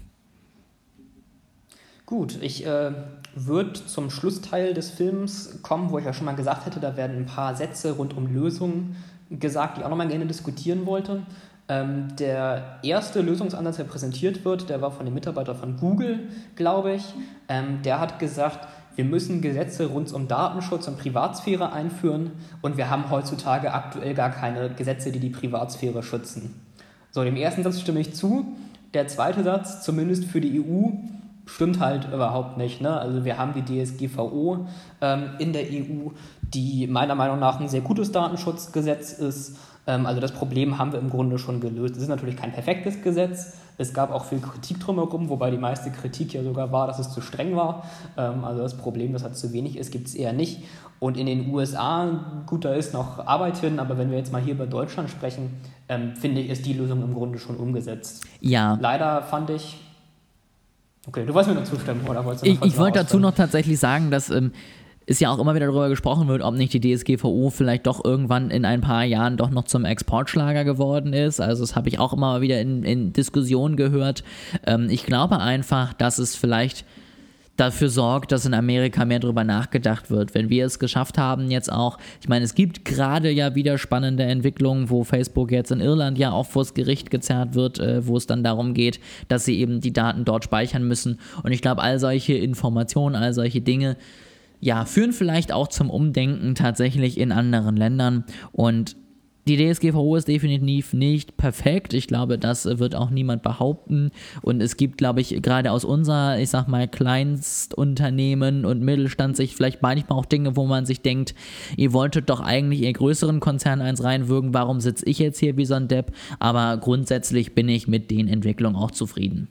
S3: Gut, ich äh, würde zum Schlussteil des Films kommen, wo ich ja schon mal gesagt hätte, da werden ein paar Sätze rund um Lösungen gesagt, die ich auch nochmal gerne diskutieren wollte. Ähm, der erste Lösungsansatz, der präsentiert wird, der war von dem Mitarbeiter von Google, glaube ich. Ähm, der hat gesagt, wir müssen Gesetze rund um Datenschutz und Privatsphäre einführen und wir haben heutzutage aktuell gar keine Gesetze, die die Privatsphäre schützen. So, dem ersten Satz stimme ich zu. Der zweite Satz, zumindest für die E U, stimmt halt überhaupt nicht. Ne? Also wir haben die D S G V O ähm, in der E U, die meiner Meinung nach ein sehr gutes Datenschutzgesetz ist. Ähm, also das Problem haben wir im Grunde schon gelöst. Es ist natürlich kein perfektes Gesetz. Es gab auch viel Kritik drumherum, wobei die meiste Kritik ja sogar war, dass es zu streng war. Ähm, also das Problem, dass es zu wenig ist, gibt es eher nicht. Und in den U S A, gut, da ist noch Arbeit hin, aber wenn wir jetzt mal hier über Deutschland sprechen, ähm, finde ich, ist die Lösung im Grunde schon umgesetzt.
S2: Ja.
S3: Leider fand ich... Okay, du wolltest mir noch zustimmen, oder wolltest du noch
S2: Ich, ich wollte dazu noch tatsächlich sagen, dass ähm, es ja auch immer wieder darüber gesprochen wird, ob nicht die D S G V O vielleicht doch irgendwann in ein paar Jahren doch noch zum Exportschlager geworden ist. Also das habe ich auch immer wieder in, in Diskussionen gehört. Ähm, ich glaube einfach, dass es vielleicht dafür sorgt, dass in Amerika mehr drüber nachgedacht wird. Wenn wir es geschafft haben jetzt auch, ich meine, es gibt gerade ja wieder spannende Entwicklungen, wo Facebook jetzt in Irland ja auch vors Gericht gezerrt wird, äh, wo es dann darum geht, dass sie eben die Daten dort speichern müssen. Und ich glaube, all solche Informationen, all solche Dinge, ja, führen vielleicht auch zum Umdenken tatsächlich in anderen Ländern. Und die D S G V O ist definitiv nicht perfekt. Ich glaube, das wird auch niemand behaupten. Und es gibt, glaube ich, gerade aus unserer, ich sag mal, Kleinstunternehmen und Mittelstandssicht vielleicht manchmal auch Dinge, wo man sich denkt, ihr wolltet doch eigentlich ihr größeren Konzern eins reinwürgen, warum sitze ich jetzt hier wie so ein Depp? Aber grundsätzlich bin ich mit den Entwicklungen auch zufrieden.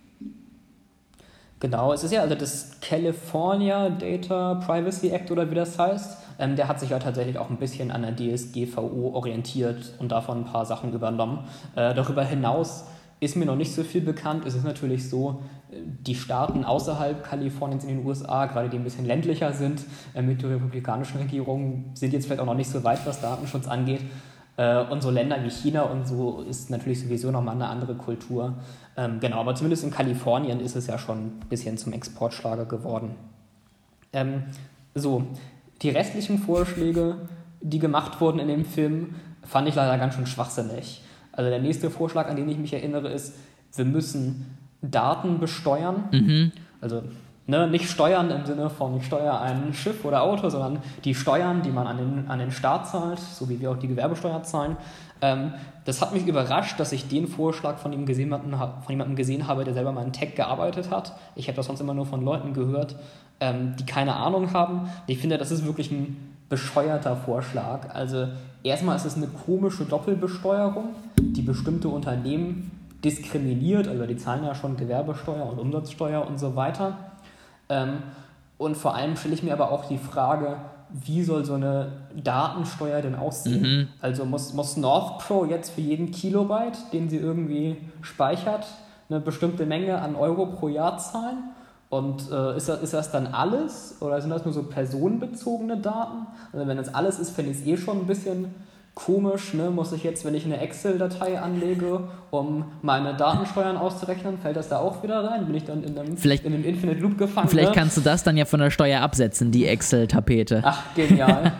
S3: Genau, es ist ja also das California Data Privacy Act oder wie das heißt. Ähm, der hat sich ja tatsächlich auch ein bisschen an der D S G V O orientiert und davon ein paar Sachen übernommen. Äh, darüber hinaus ist mir noch nicht so viel bekannt. Es ist natürlich so, die Staaten außerhalb Kaliforniens in den U S A, gerade die ein bisschen ländlicher sind, äh, mit der republikanischen Regierung, sind jetzt vielleicht auch noch nicht so weit, was Datenschutz angeht. Äh, und so Länder wie China und so ist natürlich sowieso nochmal eine andere Kultur. Ähm, genau, aber zumindest in Kalifornien ist es ja schon ein bisschen zum Exportschlager geworden. Ähm, so, die restlichen Vorschläge, die gemacht wurden in dem Film, fand ich leider ganz schön schwachsinnig. Also der nächste Vorschlag, an den ich mich erinnere, ist, wir müssen Daten besteuern. Mhm. Also Ne, nicht Steuern im Sinne von, ich steuere ein Schiff oder Auto, sondern die Steuern, die man an den, an den Staat zahlt, so wie wir auch die Gewerbesteuer zahlen. Ähm, das hat mich überrascht, dass ich den Vorschlag von, ihm gesehen, von jemandem gesehen habe, der selber mal in Tech gearbeitet hat. Ich habe das sonst immer nur von Leuten gehört, ähm, die keine Ahnung haben. Ich finde, das ist wirklich ein bescheuerter Vorschlag. Also erstmal ist es eine komische Doppelbesteuerung, die bestimmte Unternehmen diskriminiert. Also die zahlen ja schon Gewerbesteuer und Umsatzsteuer und so weiter. Ähm, und vor allem stelle ich mir aber auch die Frage, wie soll so eine Datensteuer denn aussehen? Mhm. Also muss, muss NorthPro jetzt für jeden Kilobyte, den sie irgendwie speichert, eine bestimmte Menge an Euro pro Jahr zahlen? Und äh, ist, das, ist das dann alles? Oder sind das nur so personenbezogene Daten? Also wenn das alles ist, finde ich es eh schon ein bisschen komisch, ne? Muss ich jetzt, wenn ich eine Excel-Datei anlege, um meine Datensteuern auszurechnen, fällt das da auch wieder rein? Bin ich dann in einem, in einem Infinite Loop gefangen?
S2: Vielleicht
S3: ne?
S2: kannst du das dann ja von der Steuer absetzen, die Excel-Tapete.
S3: Ach, genial.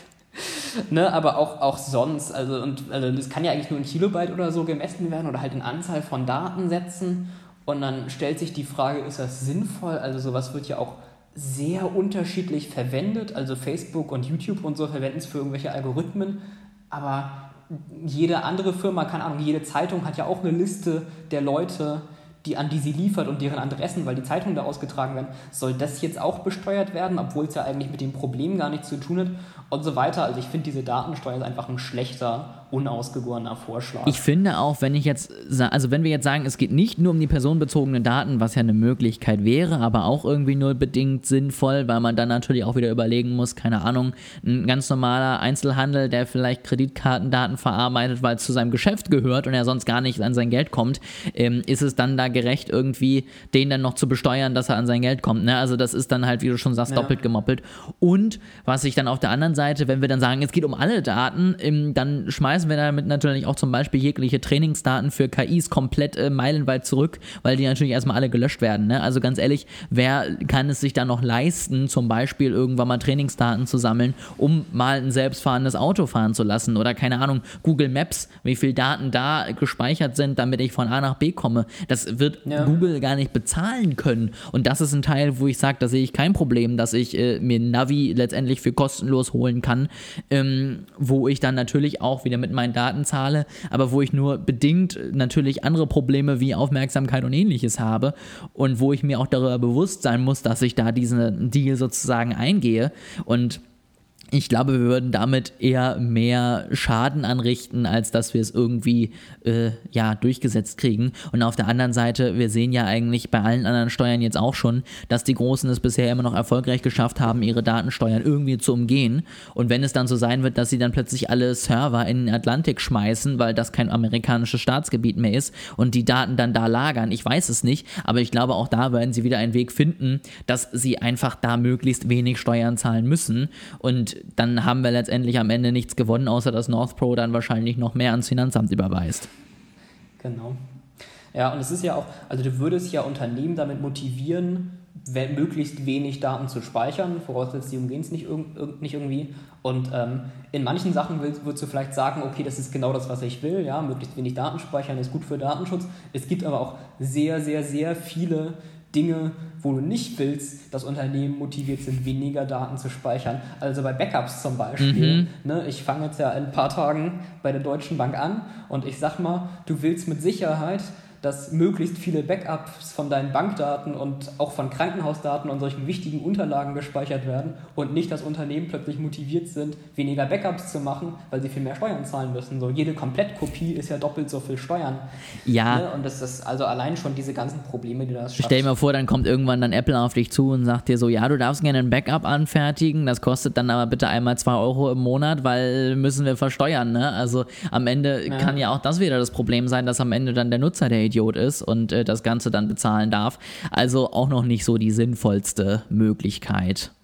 S3: ne, aber auch, auch sonst, also, und, also das kann ja eigentlich nur in Kilobyte oder so gemessen werden oder halt in Anzahl von Datensätzen. Und dann stellt sich die Frage, ist das sinnvoll? Also sowas wird ja auch sehr unterschiedlich verwendet. Also Facebook und YouTube und so verwenden es für irgendwelche Algorithmen. Aber jede andere Firma, keine Ahnung, jede Zeitung hat ja auch eine Liste der Leute, die an die sie liefert und deren Adressen, weil die Zeitungen da ausgetragen werden. Soll das jetzt auch besteuert werden, obwohl es ja eigentlich mit dem Problem gar nichts zu tun hat und so weiter. Also ich finde, diese Datensteuer ist einfach ein schlechter, unausgegorener Vorschlag.
S2: Ich finde auch, wenn ich jetzt, also wenn wir jetzt sagen, es geht nicht nur um die personenbezogenen Daten, was ja eine Möglichkeit wäre, aber auch irgendwie nur bedingt sinnvoll, weil man dann natürlich auch wieder überlegen muss, keine Ahnung, ein ganz normaler Einzelhandel, der vielleicht Kreditkartendaten verarbeitet, weil es zu seinem Geschäft gehört und er sonst gar nicht an sein Geld kommt, ähm, ist es dann da gerecht, irgendwie den dann noch zu besteuern, dass er an sein Geld kommt. Ne? Also das ist dann halt, wie du schon sagst, ja. doppelt gemoppelt. Und was ich dann auf der anderen Seite, wenn wir dann sagen, es geht um alle Daten, ähm, dann schmeißen wir damit natürlich auch zum Beispiel jegliche Trainingsdaten für K Is komplett äh, meilenweit zurück, weil die natürlich erstmal alle gelöscht werden. Ne? Also ganz ehrlich, wer kann es sich dann noch leisten, zum Beispiel irgendwann mal Trainingsdaten zu sammeln, um mal ein selbstfahrendes Auto fahren zu lassen oder keine Ahnung, Google Maps, wie viel Daten da gespeichert sind, damit ich von A nach B komme. Das wird ja. Google gar nicht bezahlen können. Und das ist ein Teil, wo ich sage, da sehe ich kein Problem, dass ich äh, mir Navi letztendlich für kostenlos holen kann, ähm, wo ich dann natürlich auch wieder mit meinen Daten zahle, aber wo ich nur bedingt natürlich andere Probleme wie Aufmerksamkeit und ähnliches habe und wo ich mir auch darüber bewusst sein muss, dass ich da diesen Deal sozusagen eingehe. Und ich glaube, wir würden damit eher mehr Schaden anrichten, als dass wir es irgendwie äh, ja, durchgesetzt kriegen. Und auf der anderen Seite, wir sehen ja eigentlich bei allen anderen Steuern jetzt auch schon, dass die Großen es bisher immer noch erfolgreich geschafft haben, ihre Datensteuern irgendwie zu umgehen. Und wenn es dann so sein wird, dass sie dann plötzlich alle Server in den Atlantik schmeißen, weil das kein amerikanisches Staatsgebiet mehr ist und die Daten dann da lagern, ich weiß es nicht, aber ich glaube, auch da werden sie wieder einen Weg finden, dass sie einfach da möglichst wenig Steuern zahlen müssen. Und dann haben wir letztendlich am Ende nichts gewonnen, außer dass NorthPro dann wahrscheinlich noch mehr ans Finanzamt überweist.
S3: Genau. Ja, und es ist ja auch, also du würdest ja Unternehmen damit motivieren, möglichst wenig Daten zu speichern, voraussetzt, die umgehen es nicht, irg- nicht irgendwie. Und ähm, in manchen Sachen willst, würdest du vielleicht sagen, okay, das ist genau das, was ich will, ja, möglichst wenig Daten speichern ist gut für Datenschutz. Es gibt aber auch sehr, sehr, sehr viele Dinge, wo du nicht willst, dass Unternehmen motiviert sind, weniger Daten zu speichern. Also bei Backups zum Beispiel. Mhm. Ne, ich fange jetzt ja in ein paar Tagen bei der Deutschen Bank an und ich sag mal, du willst mit Sicherheit, dass möglichst viele Backups von deinen Bankdaten und auch von Krankenhausdaten und solchen wichtigen Unterlagen gespeichert werden und nicht, dass Unternehmen plötzlich motiviert sind, weniger Backups zu machen, weil sie viel mehr Steuern zahlen müssen. So, jede Komplettkopie ist ja doppelt so viel Steuern.
S2: Ja.
S3: Ne? Und das ist also allein schon diese ganzen Probleme, die das schafft.
S2: Stell dir mal vor, dann kommt irgendwann dann Apple auf dich zu und sagt dir so, ja, du darfst gerne ein Backup anfertigen, das kostet dann aber bitte einmal zwei Euro im Monat, weil müssen wir versteuern. Ne? Also am Ende ja. kann ja auch das wieder das Problem sein, dass am Ende dann der Nutzer der Idiot ist und äh, das Ganze dann bezahlen darf. Also auch noch nicht so die sinnvollste Möglichkeit.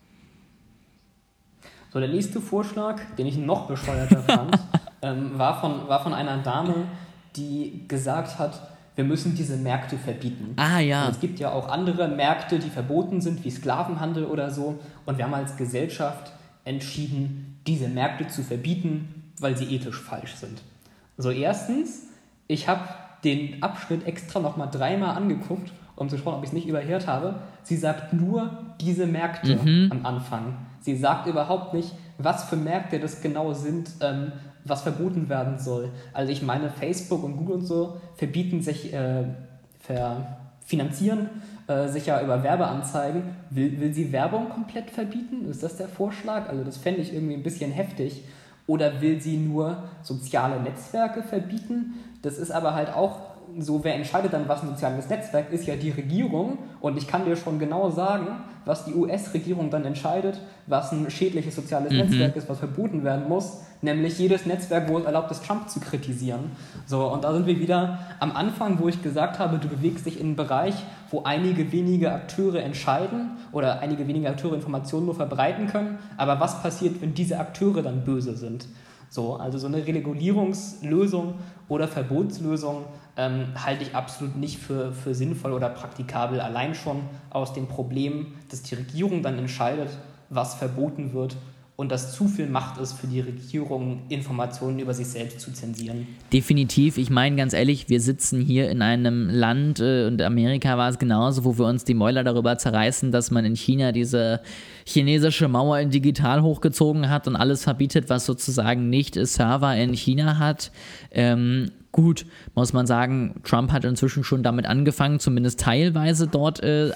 S3: So, der nächste Vorschlag, den ich noch bescheuerter fand, ähm, war, von, war von einer Dame, die gesagt hat, wir müssen diese Märkte verbieten.
S2: Ah ja.
S3: Und es gibt ja auch andere Märkte, die verboten sind, wie Sklavenhandel oder so. Und wir haben als Gesellschaft entschieden, diese Märkte zu verbieten, weil sie ethisch falsch sind. So, erstens, ich habe den Abschnitt extra nochmal dreimal angeguckt, um zu schauen, ob ich es nicht überhört habe. Sie sagt nur diese Märkte
S2: mhm.
S3: am Anfang. Sie sagt überhaupt nicht, was für Märkte das genau sind, ähm, was verboten werden soll. Also ich meine, Facebook und Google und so verbieten sich, äh, ver, finanzieren äh, sich ja über Werbeanzeigen. Will, will sie Werbung komplett verbieten? Ist das der Vorschlag? Also das fände ich irgendwie ein bisschen heftig. Oder will sie nur soziale Netzwerke verbieten? Das ist aber halt auch so, wer entscheidet dann, was ein soziales Netzwerk ist, ja die Regierung. Und ich kann dir schon genau sagen, was die U S-Regierung dann entscheidet, was ein schädliches soziales mhm. Netzwerk ist, was verboten werden muss. Nämlich jedes Netzwerk, wo es erlaubt ist, Trump zu kritisieren. So, und da sind wir wieder am Anfang, wo ich gesagt habe, du bewegst dich in einen Bereich, wo einige wenige Akteure entscheiden oder einige wenige Akteure Informationen nur verbreiten können. Aber was passiert, wenn diese Akteure dann böse sind? So, also so eine Regulierungslösung oder Verbotslösung ähm, halte ich absolut nicht für, für sinnvoll oder praktikabel. Allein schon aus dem Problem, dass die Regierung dann entscheidet, was verboten wird und dass zu viel Macht ist für die Regierung, Informationen über sich selbst zu zensieren.
S2: Definitiv. Ich meine ganz ehrlich, wir sitzen hier in einem Land, äh, und Amerika war es genauso, wo wir uns die Mäuler darüber zerreißen, dass man in China diese chinesische Mauer in digital hochgezogen hat und alles verbietet, was sozusagen nicht Server in China hat. Ähm, gut, muss man sagen, Trump hat inzwischen schon damit angefangen, zumindest teilweise dort äh,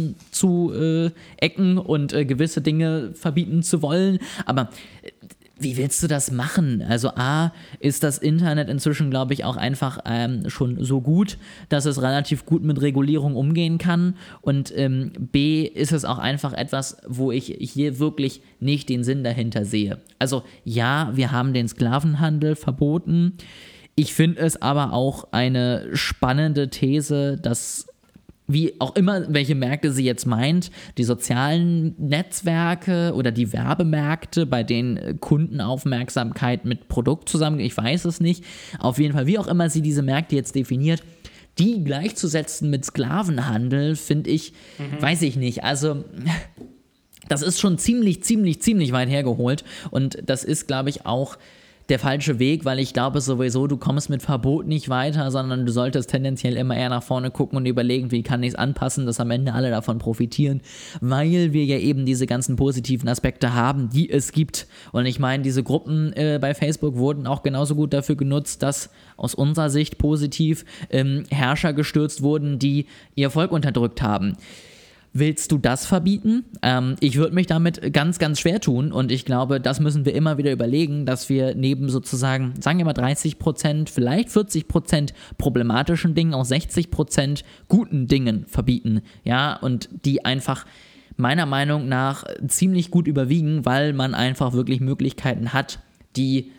S2: anzuecken und äh, gewisse Dinge verbieten zu wollen. Aber äh, wie willst du das machen? Also A, ist das Internet inzwischen, glaube ich, auch einfach ähm, schon so gut, dass es relativ gut mit Regulierung umgehen kann. Und ähm, B, ist es auch einfach etwas, wo ich hier wirklich nicht den Sinn dahinter sehe. Also ja, wir haben den Sklavenhandel verboten. Ich finde es aber auch eine spannende These, dass, wie auch immer, welche Märkte sie jetzt meint, die sozialen Netzwerke oder die Werbemärkte, bei denen Kundenaufmerksamkeit mit Produkt zusammengeht, ich weiß es nicht, auf jeden Fall, wie auch immer sie diese Märkte jetzt definiert, die gleichzusetzen mit Sklavenhandel, finde ich, mhm. weiß ich nicht, also das ist schon ziemlich, ziemlich, ziemlich weit hergeholt und das ist, glaube ich, auch der falsche Weg, weil ich glaube sowieso, du kommst mit Verbot nicht weiter, sondern du solltest tendenziell immer eher nach vorne gucken und überlegen, wie kann ich es anpassen, dass am Ende alle davon profitieren, weil wir ja eben diese ganzen positiven Aspekte haben, die es gibt. Und ich meine, diese Gruppen äh, bei Facebook wurden auch genauso gut dafür genutzt, dass aus unserer Sicht positiv ähm, Herrscher gestürzt wurden, die ihr Volk unterdrückt haben. Willst du das verbieten? Ähm, ich würde mich damit ganz, ganz schwer tun und ich glaube, das müssen wir immer wieder überlegen, dass wir neben sozusagen, sagen wir mal dreißig Prozent, vielleicht vierzig Prozent problematischen Dingen auch sechzig Prozent guten Dingen verbieten, ja, und die einfach meiner Meinung nach ziemlich gut überwiegen, weil man einfach wirklich Möglichkeiten hat, die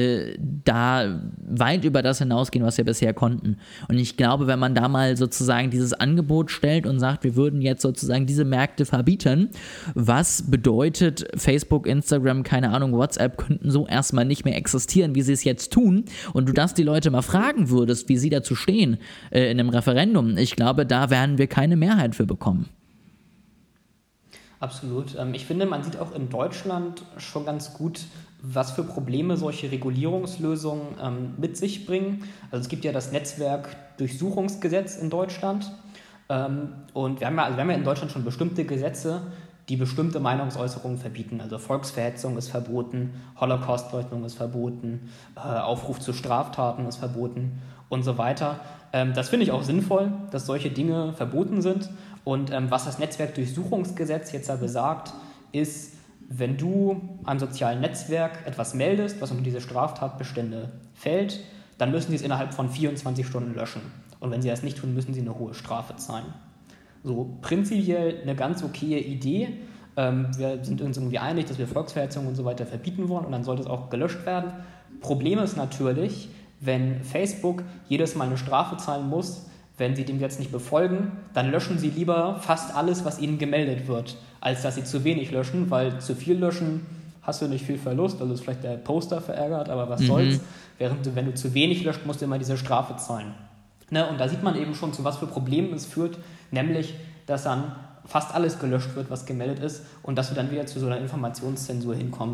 S2: da weit über das hinausgehen, was wir bisher konnten. Und ich glaube, wenn man da mal sozusagen dieses Angebot stellt und sagt, wir würden jetzt sozusagen diese Märkte verbieten, was bedeutet Facebook, Instagram, keine Ahnung, WhatsApp könnten so erstmal nicht mehr existieren, wie sie es jetzt tun, und du das die Leute mal fragen würdest, wie sie dazu stehen äh, in einem Referendum, ich glaube, da werden wir keine Mehrheit für bekommen.
S3: Absolut. Ich finde, man sieht auch in Deutschland schon ganz gut, was für Probleme solche Regulierungslösungen ähm, mit sich bringen. Also es gibt ja das Netzwerkdurchsuchungsgesetz in Deutschland ähm, und wir haben, ja, also wir haben ja in Deutschland schon bestimmte Gesetze, die bestimmte Meinungsäußerungen verbieten. Also Volksverhetzung ist verboten, Holocaustleugnung ist verboten, äh, Aufruf zu Straftaten ist verboten und so weiter. Ähm, das finde ich auch sinnvoll, dass solche Dinge verboten sind. Und ähm, was das Netzwerkdurchsuchungsgesetz jetzt da besagt, ist, wenn du einem sozialen Netzwerk etwas meldest, was unter diese Straftatbestände fällt, dann müssen sie es innerhalb von vierundzwanzig Stunden löschen. Und wenn sie das nicht tun, müssen sie eine hohe Strafe zahlen. So prinzipiell eine ganz okaye Idee. Ähm, wir sind uns irgendwie einig, dass wir Volksverhetzung und so weiter verbieten wollen und dann sollte es auch gelöscht werden. Problem ist natürlich, wenn Facebook jedes Mal eine Strafe zahlen muss, wenn sie dem Gesetz nicht befolgen, dann löschen sie lieber fast alles, was ihnen gemeldet wird, als dass sie zu wenig löschen, weil zu viel löschen hast du nicht viel Verlust, also ist vielleicht der Poster verärgert, aber was mhm. soll's. Während du, wenn du zu wenig löscht, musst du immer diese Strafe zahlen. Ne? Und da sieht man eben schon, zu was für Problemen es führt, nämlich, dass dann fast alles gelöscht wird, was gemeldet ist und dass du dann wieder zu so einer Informationszensur hinkommst.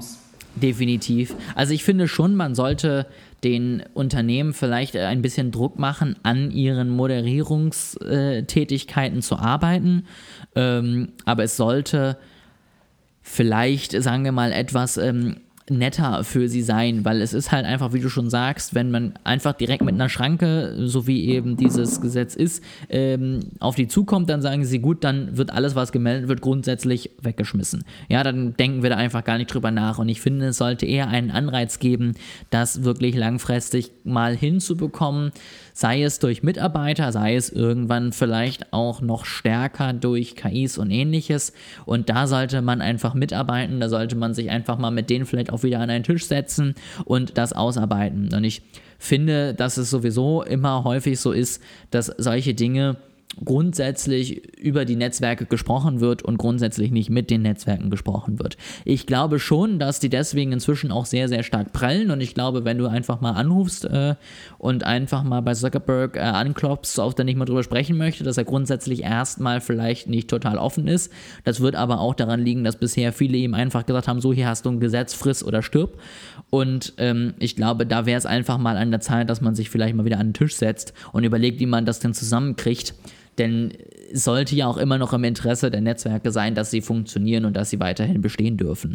S2: Definitiv. Also ich finde schon, man sollte den Unternehmen vielleicht ein bisschen Druck machen, an ihren Moderierungstätigkeiten zu arbeiten. Ähm, aber es sollte vielleicht, sagen wir mal, etwas ähm, netter für sie sein, weil es ist halt einfach, wie du schon sagst, wenn man einfach direkt mit einer Schranke, so wie eben dieses Gesetz ist, ähm, auf die zukommt, dann sagen sie, gut, dann wird alles, was gemeldet wird, grundsätzlich weggeschmissen. Ja, dann denken wir da einfach gar nicht drüber nach und ich finde, es sollte eher einen Anreiz geben, das wirklich langfristig mal hinzubekommen, sei es durch Mitarbeiter, sei es irgendwann vielleicht auch noch stärker durch K Is und ähnliches und da sollte man einfach mitarbeiten, da sollte man sich einfach mal mit denen vielleicht auch wieder an einen Tisch setzen und das ausarbeiten. Und ich finde, dass es sowieso immer häufig so ist, dass solche Dinge grundsätzlich über die Netzwerke gesprochen wird und grundsätzlich nicht mit den Netzwerken gesprochen wird. Ich glaube schon, dass die deswegen inzwischen auch sehr, sehr stark prellen und ich glaube, wenn du einfach mal anrufst äh, und einfach mal bei Zuckerberg äh, anklopfst, auf der nicht mal drüber sprechen möchte, dass er grundsätzlich erstmal vielleicht nicht total offen ist. Das wird aber auch daran liegen, dass bisher viele ihm einfach gesagt haben, so, hier hast du ein Gesetz, friss oder stirb. Und ähm, ich glaube, da wäre es einfach mal an der Zeit, dass man sich vielleicht mal wieder an den Tisch setzt und überlegt, wie man das denn zusammenkriegt. Denn es sollte ja auch immer noch im Interesse der Netzwerke sein, dass sie funktionieren und dass sie weiterhin bestehen dürfen.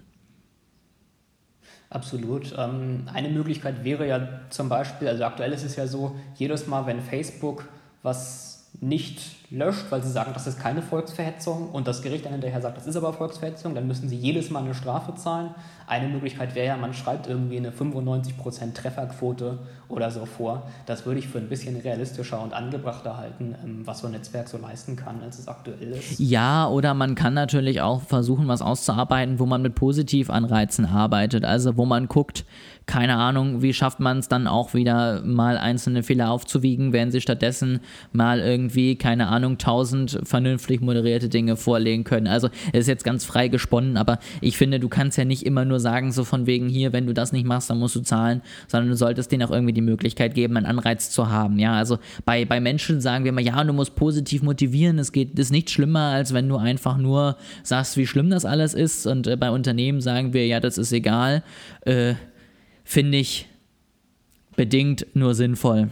S3: Absolut. Ähm, eine Möglichkeit wäre ja zum Beispiel, also aktuell ist es ja so, jedes Mal, wenn Facebook was nicht löscht, weil sie sagen, das ist keine Volksverhetzung und das Gericht dann hinterher sagt, das ist aber Volksverhetzung, dann müssen sie jedes Mal eine Strafe zahlen. Eine Möglichkeit wäre ja, man schreibt irgendwie eine fünfundneunzig Prozent Trefferquote oder so vor. Das würde ich für ein bisschen realistischer und angebrachter halten, was so ein Netzwerk so leisten kann, als es aktuell ist.
S2: Ja, oder man kann natürlich auch versuchen, was auszuarbeiten, wo man mit Positivanreizen arbeitet. Also wo man guckt, keine Ahnung, wie schafft man es dann auch wieder mal einzelne Fehler aufzuwiegen, wenn sie stattdessen mal irgendwie, keine Ahnung, tausend vernünftig moderierte Dinge vorlegen können. Also es ist jetzt ganz frei gesponnen, aber ich finde, du kannst ja nicht immer nur sagen, so von wegen hier, wenn du das nicht machst, dann musst du zahlen, sondern du solltest denen auch irgendwie die Möglichkeit geben, einen Anreiz zu haben. Ja, also bei, bei Menschen sagen wir immer, ja, du musst positiv motivieren, es geht, ist nicht schlimmer, als wenn du einfach nur sagst, wie schlimm das alles ist und äh, bei Unternehmen sagen wir, ja, das ist egal, äh, finde ich bedingt nur sinnvoll.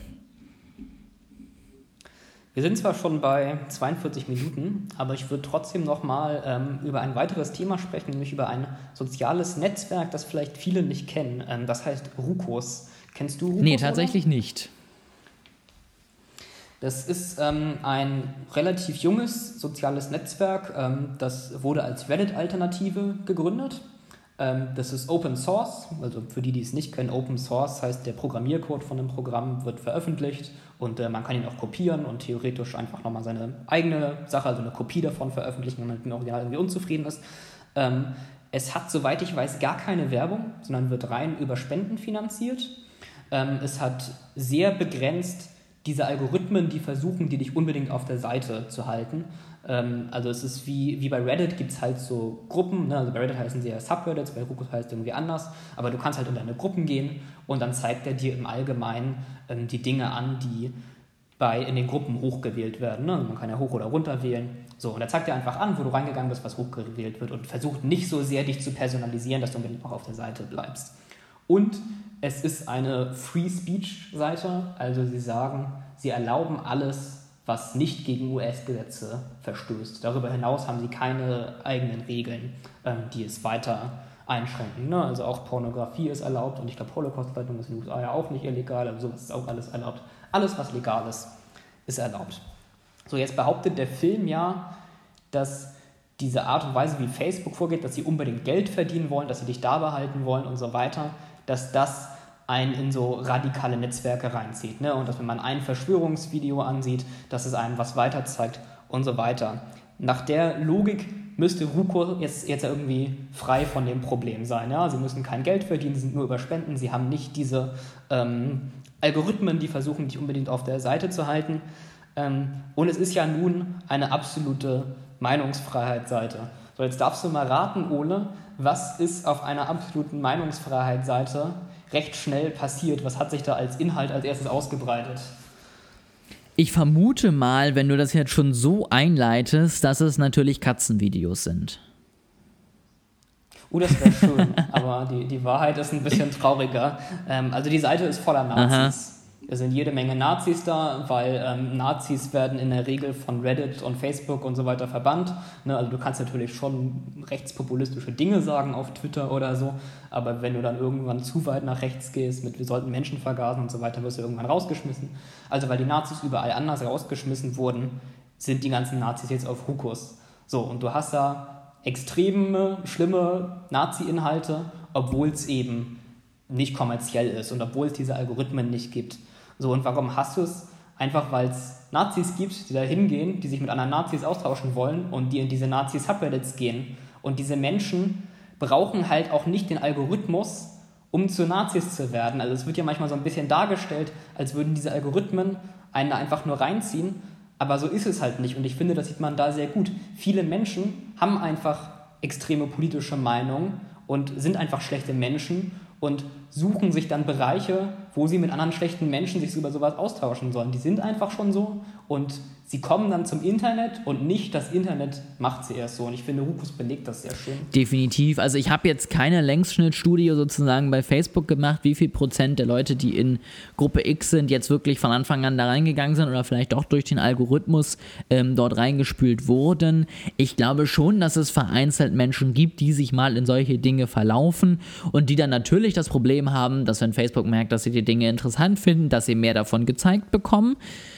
S3: Wir sind zwar schon bei zweiundvierzig Minuten, aber ich würde trotzdem nochmal ähm, über ein weiteres Thema sprechen, nämlich über ein soziales Netzwerk, das vielleicht viele nicht kennen. Ähm, das heißt Rukos. Kennst du Rukos?
S2: Nee, tatsächlich oder? Nicht.
S3: Das ist ähm, ein relativ junges soziales Netzwerk. Ähm, das wurde als Reddit-Alternative gegründet. Das ist Open Source, also für die, die es nicht kennen, Open Source heißt, der Programmiercode von dem Programm wird veröffentlicht und äh, man kann ihn auch kopieren und theoretisch einfach nochmal seine eigene Sache, also eine Kopie davon veröffentlichen, wenn man mit dem Original irgendwie unzufrieden ist. Ähm, es hat, soweit ich weiß, gar keine Werbung, sondern wird rein über Spenden finanziert. Ähm, es hat sehr begrenzt diese Algorithmen, die versuchen, die dich unbedingt auf der Seite zu halten. Also es ist wie, wie bei Reddit, gibt es halt so Gruppen, ne? Also bei Reddit heißen sie ja Subreddits, bei Rukos heißt es irgendwie anders, aber du kannst halt in deine Gruppen gehen und dann zeigt er dir im Allgemeinen ähm, die Dinge an, die bei, in den Gruppen hochgewählt werden. Ne? Man kann ja hoch oder runter wählen. So, und er zeigt dir einfach an, wo du reingegangen bist, was hochgewählt wird und versucht nicht so sehr, dich zu personalisieren, dass du unbedingt auch auf der Seite bleibst. Und es ist eine Free-Speech-Seite, also sie sagen, sie erlauben alles, was nicht gegen U S-Gesetze verstößt. Darüber hinaus haben sie keine eigenen Regeln, ähm, die es weiter einschränken. Ne? Also auch Pornografie ist erlaubt und ich glaube, Holocaust-Leugnung ist in den U S A ja auch nicht illegal, aber sowas ist auch alles erlaubt. Alles, was legal ist, ist erlaubt. So, jetzt behauptet der Film ja, dass diese Art und Weise, wie Facebook vorgeht, dass sie unbedingt Geld verdienen wollen, dass sie dich da behalten wollen und so weiter, dass das einen in so radikale Netzwerke reinzieht. Ne? Und dass, wenn man ein Verschwörungsvideo ansieht, dass es einem was weiter zeigt und so weiter. Nach der Logik müsste Ruko jetzt, jetzt irgendwie frei von dem Problem sein. Ja? Sie müssen kein Geld verdienen, sie sind nur über Spenden, sie haben nicht diese ähm, Algorithmen, die versuchen, dich unbedingt auf der Seite zu halten. Ähm, und es ist ja nun eine absolute Meinungsfreiheitsseite. So, jetzt darfst du mal raten, Ole, was ist auf einer absoluten Meinungsfreiheitsseite recht schnell passiert? Was hat sich da als Inhalt als erstes ausgebreitet?
S2: Ich vermute mal, wenn du das jetzt schon so einleitest, dass es natürlich Katzenvideos sind.
S3: Uh, das wäre schön, aber die, die Wahrheit ist ein bisschen trauriger. Ähm, also die Seite ist voller Nazis. Aha. Es sind jede Menge Nazis da, weil ähm, Nazis werden in der Regel von Reddit und Facebook und so weiter verbannt. Ne, also du kannst natürlich schon rechtspopulistische Dinge sagen auf Twitter oder so, aber wenn du dann irgendwann zu weit nach rechts gehst, mit wir sollten Menschen vergasen und so weiter, wirst du irgendwann rausgeschmissen. Also weil die Nazis überall anders rausgeschmissen wurden, sind die ganzen Nazis jetzt auf Hukus. So, und du hast da extreme, schlimme Nazi-Inhalte, obwohl es eben nicht kommerziell ist und obwohl es diese Algorithmen nicht gibt. So, und warum hast du es? Einfach, weil es Nazis gibt, die da hingehen, die sich mit anderen Nazis austauschen wollen und die in diese Nazi-Subreddits gehen. Und diese Menschen brauchen halt auch nicht den Algorithmus, um zu Nazis zu werden. Also es wird ja manchmal so ein bisschen dargestellt, als würden diese Algorithmen einen da einfach nur reinziehen, aber so ist es halt nicht. Und ich finde, das sieht man da sehr gut. Viele Menschen haben einfach extreme politische Meinungen und sind einfach schlechte Menschen und suchen sich dann Bereiche, wo sie mit anderen schlechten Menschen sich über sowas austauschen sollen. Die sind einfach schon so und sie kommen dann zum Internet und nicht das Internet macht sie erst so. Und ich finde, Hukus belegt das sehr schön.
S2: Definitiv. Also ich habe jetzt keine Längsschnittstudie sozusagen bei Facebook gemacht, wie viel Prozent der Leute, die in Gruppe X sind, jetzt wirklich von Anfang an da reingegangen sind oder vielleicht auch durch den Algorithmus ähm, dort reingespült wurden. Ich glaube schon, dass es vereinzelt Menschen gibt, die sich mal in solche Dinge verlaufen und die dann natürlich das Problem haben, dass wenn Facebook merkt, dass sie die Dinge interessant finden, dass sie mehr davon gezeigt bekommen.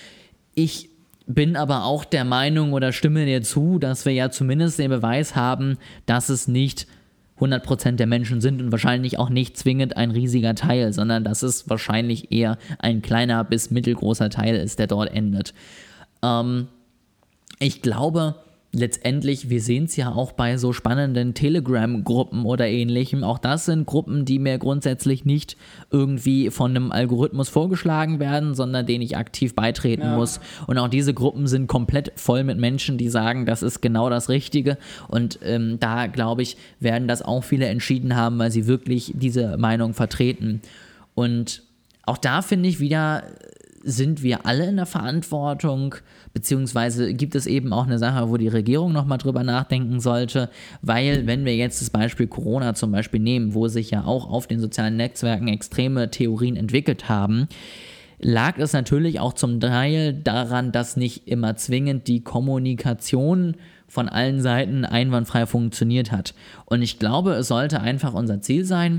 S2: Ich bin aber auch der Meinung oder stimme dir zu, dass wir ja zumindest den Beweis haben, dass es nicht hundert Prozent der Menschen sind und wahrscheinlich auch nicht zwingend ein riesiger Teil, sondern dass es wahrscheinlich eher ein kleiner bis mittelgroßer Teil ist, der dort endet. Ähm, ich glaube, letztendlich, wir sehen es ja auch bei so spannenden Telegram-Gruppen oder ähnlichem, auch das sind Gruppen, die mir grundsätzlich nicht irgendwie von einem Algorithmus vorgeschlagen werden, sondern denen ich aktiv beitreten ja. muss. Und auch diese Gruppen sind komplett voll mit Menschen, die sagen, das ist genau das Richtige. Und ähm, da, glaube ich, werden das auch viele entschieden haben, weil sie wirklich diese Meinung vertreten. Und auch da finde ich wieder, sind wir alle in der Verantwortung, beziehungsweise gibt es eben auch eine Sache, wo die Regierung nochmal drüber nachdenken sollte, weil wenn wir jetzt das Beispiel Corona zum Beispiel nehmen, wo sich ja auch auf den sozialen Netzwerken extreme Theorien entwickelt haben, lag es natürlich auch zum Teil daran, dass nicht immer zwingend die Kommunikation von allen Seiten einwandfrei funktioniert hat. Und ich glaube, es sollte einfach unser Ziel sein,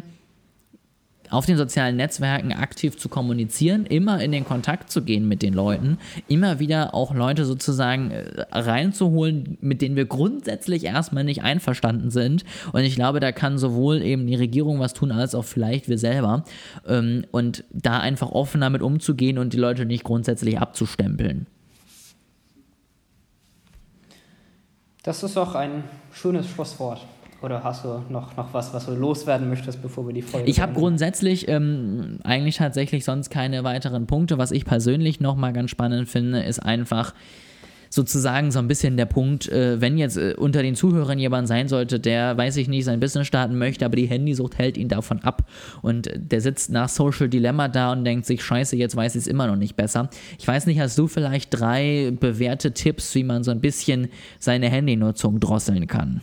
S2: auf den sozialen Netzwerken aktiv zu kommunizieren, immer in den Kontakt zu gehen mit den Leuten, immer wieder auch Leute sozusagen reinzuholen, mit denen wir grundsätzlich erstmal nicht einverstanden sind. Und ich glaube, da kann sowohl eben die Regierung was tun, als auch vielleicht wir selber. Und da einfach offen damit umzugehen und die Leute nicht grundsätzlich abzustempeln.
S3: Das ist auch ein schönes Schlusswort. Oder hast du noch, noch was, was du loswerden möchtest, bevor wir die Folge
S2: Ich habe grundsätzlich ähm, eigentlich tatsächlich sonst keine weiteren Punkte. Was ich persönlich nochmal ganz spannend finde, ist einfach sozusagen so ein bisschen der Punkt, äh, wenn jetzt äh, unter den Zuhörern jemand sein sollte, der, weiß ich nicht, sein Business starten möchte, aber die Handysucht hält ihn davon ab und der sitzt nach Social Dilemma da und denkt sich, scheiße, jetzt weiß ich es immer noch nicht besser. Ich weiß nicht, hast du vielleicht drei bewährte Tipps, wie man so ein bisschen seine Handynutzung drosseln kann?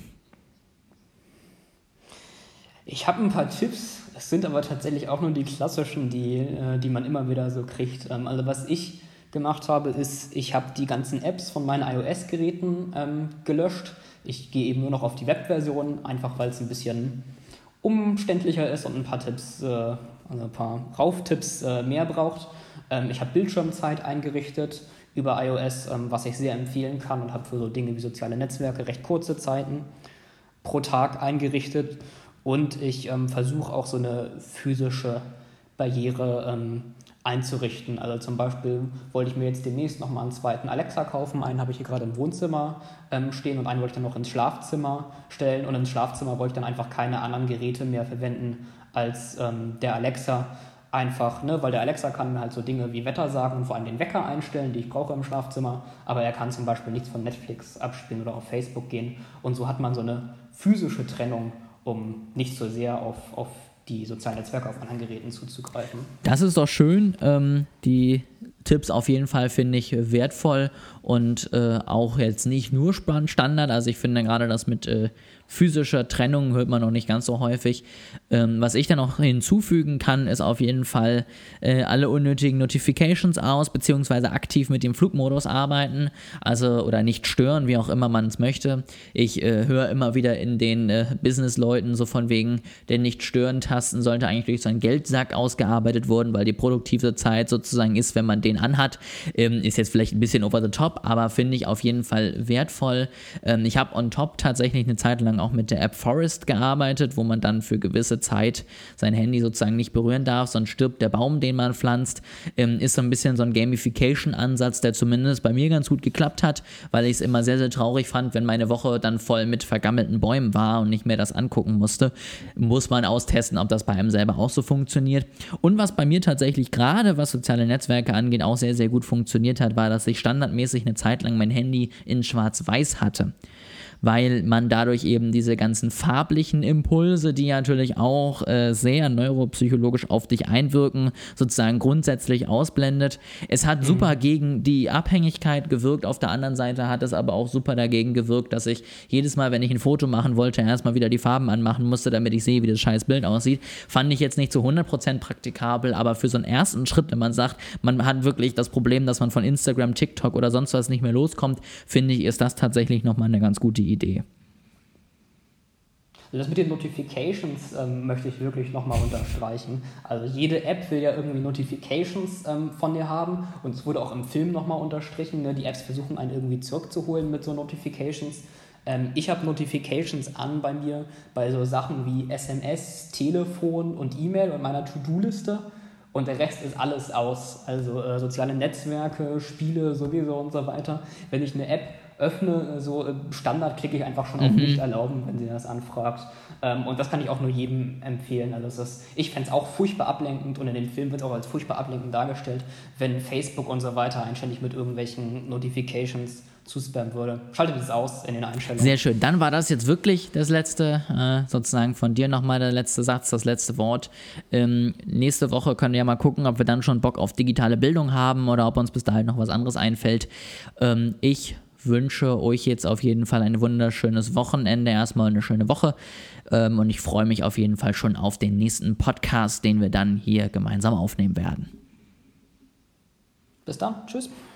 S3: Ich habe ein paar Tipps, es sind aber tatsächlich auch nur die klassischen, die, die man immer wieder so kriegt. Also was ich gemacht habe, ist, ich habe die ganzen Apps von meinen iOS-Geräten ähm, gelöscht. Ich gehe eben nur noch auf die Web-Version, einfach weil es ein bisschen umständlicher ist und ein paar Tipps, äh, also ein paar Rauftipps äh, mehr braucht. Ähm, ich habe Bildschirmzeit eingerichtet über iOS, ähm, was ich sehr empfehlen kann und habe für so Dinge wie soziale Netzwerke recht kurze Zeiten pro Tag eingerichtet. Und ich ähm, versuche auch so eine physische Barriere ähm, einzurichten. Also zum Beispiel wollte ich mir jetzt demnächst nochmal einen zweiten Alexa kaufen. Einen habe ich hier gerade im Wohnzimmer ähm, stehen und einen wollte ich dann noch ins Schlafzimmer stellen. Und ins Schlafzimmer wollte ich dann einfach keine anderen Geräte mehr verwenden als ähm, der Alexa. Einfach, ne, weil der Alexa kann halt so Dinge wie Wetter sagen und vor allem den Wecker einstellen, die ich brauche im Schlafzimmer. Aber er kann zum Beispiel nichts von Netflix abspielen oder auf Facebook gehen. Und so hat man so eine physische Trennung, um nicht so sehr auf, auf die sozialen Netzwerke auf anderen Geräten zuzugreifen.
S2: Das ist doch schön. Ähm, die Tipps auf jeden Fall finde ich wertvoll und äh, auch jetzt nicht nur Standard. Also ich finde gerade das mit äh, physische Trennung hört man noch nicht ganz so häufig. Ähm, was ich dann noch hinzufügen kann, ist auf jeden Fall äh, alle unnötigen Notifications aus, beziehungsweise aktiv mit dem Flugmodus arbeiten, also oder nicht stören, wie auch immer man es möchte. Ich äh, höre immer wieder in den äh, Business-Leuten so von wegen, der Nicht-Stören-Tasten sollte eigentlich durch so einen Geldsack ausgearbeitet worden, weil die produktive Zeit sozusagen ist, wenn man den anhat. Ähm, ist jetzt vielleicht ein bisschen over the top, aber finde ich auf jeden Fall wertvoll. Ähm, ich habe on top tatsächlich eine Zeit lang auch mit der App Forest gearbeitet, wo man dann für gewisse Zeit sein Handy sozusagen nicht berühren darf, sonst stirbt der Baum, den man pflanzt. Ähm, ist so ein bisschen so ein Gamification-Ansatz, der zumindest bei mir ganz gut geklappt hat, weil ich es immer sehr, sehr traurig fand, wenn meine Woche dann voll mit vergammelten Bäumen war und nicht mehr das angucken musste. Muss man austesten, ob das bei einem selber auch so funktioniert. Und was bei mir tatsächlich gerade, was soziale Netzwerke angeht, auch sehr, sehr gut funktioniert hat, war, dass ich standardmäßig eine Zeit lang mein Handy in schwarz-weiß hatte, weil man dadurch eben diese ganzen farblichen Impulse, die natürlich auch äh, sehr neuropsychologisch auf dich einwirken, sozusagen grundsätzlich ausblendet. Es hat mhm. super gegen die Abhängigkeit gewirkt, auf der anderen Seite hat es aber auch super dagegen gewirkt, dass ich jedes Mal, wenn ich ein Foto machen wollte, erstmal wieder die Farben anmachen musste, damit ich sehe, wie das scheiß Bild aussieht. Fand ich jetzt nicht zu hundert Prozent praktikabel, aber für so einen ersten Schritt, wenn man sagt, man hat wirklich das Problem, dass man von Instagram, TikTok oder sonst was nicht mehr loskommt, finde ich, ist das tatsächlich nochmal eine ganz gute Idee. Idee.
S3: Das mit den Notifications ähm, möchte ich wirklich nochmal unterstreichen. Also jede App will ja irgendwie Notifications ähm, von dir haben und es wurde auch im Film nochmal unterstrichen, ne? Die Apps versuchen einen irgendwie zurückzuholen mit so Notifications. Ähm, ich habe Notifications an bei mir bei so Sachen wie S M S, Telefon und E-Mail und meiner To-Do-Liste. Und der Rest ist alles aus, also äh, soziale Netzwerke, Spiele sowieso und so weiter. Wenn ich eine App öffne, so Standard klicke ich einfach schon auf
S2: mhm.
S3: Nicht erlauben, wenn sie das anfragt. Ähm, und das kann ich auch nur jedem empfehlen. Also das ist, ich fände es auch furchtbar ablenkend und in dem Film wird es auch als furchtbar ablenkend dargestellt, wenn Facebook und so weiter einständig mit irgendwelchen Notifications zuspammen würde. Schaltet es aus in den Einstellungen.
S2: Sehr schön. Dann war das jetzt wirklich das letzte, äh, sozusagen von dir nochmal der letzte Satz, das letzte Wort. Ähm, nächste Woche können wir ja mal gucken, ob wir dann schon Bock auf digitale Bildung haben oder ob uns bis dahin noch was anderes einfällt. Ähm, ich wünsche euch jetzt auf jeden Fall ein wunderschönes Wochenende, erstmal eine schöne Woche ähm, und ich freue mich auf jeden Fall schon auf den nächsten Podcast, den wir dann hier gemeinsam aufnehmen werden.
S3: Bis dann, tschüss.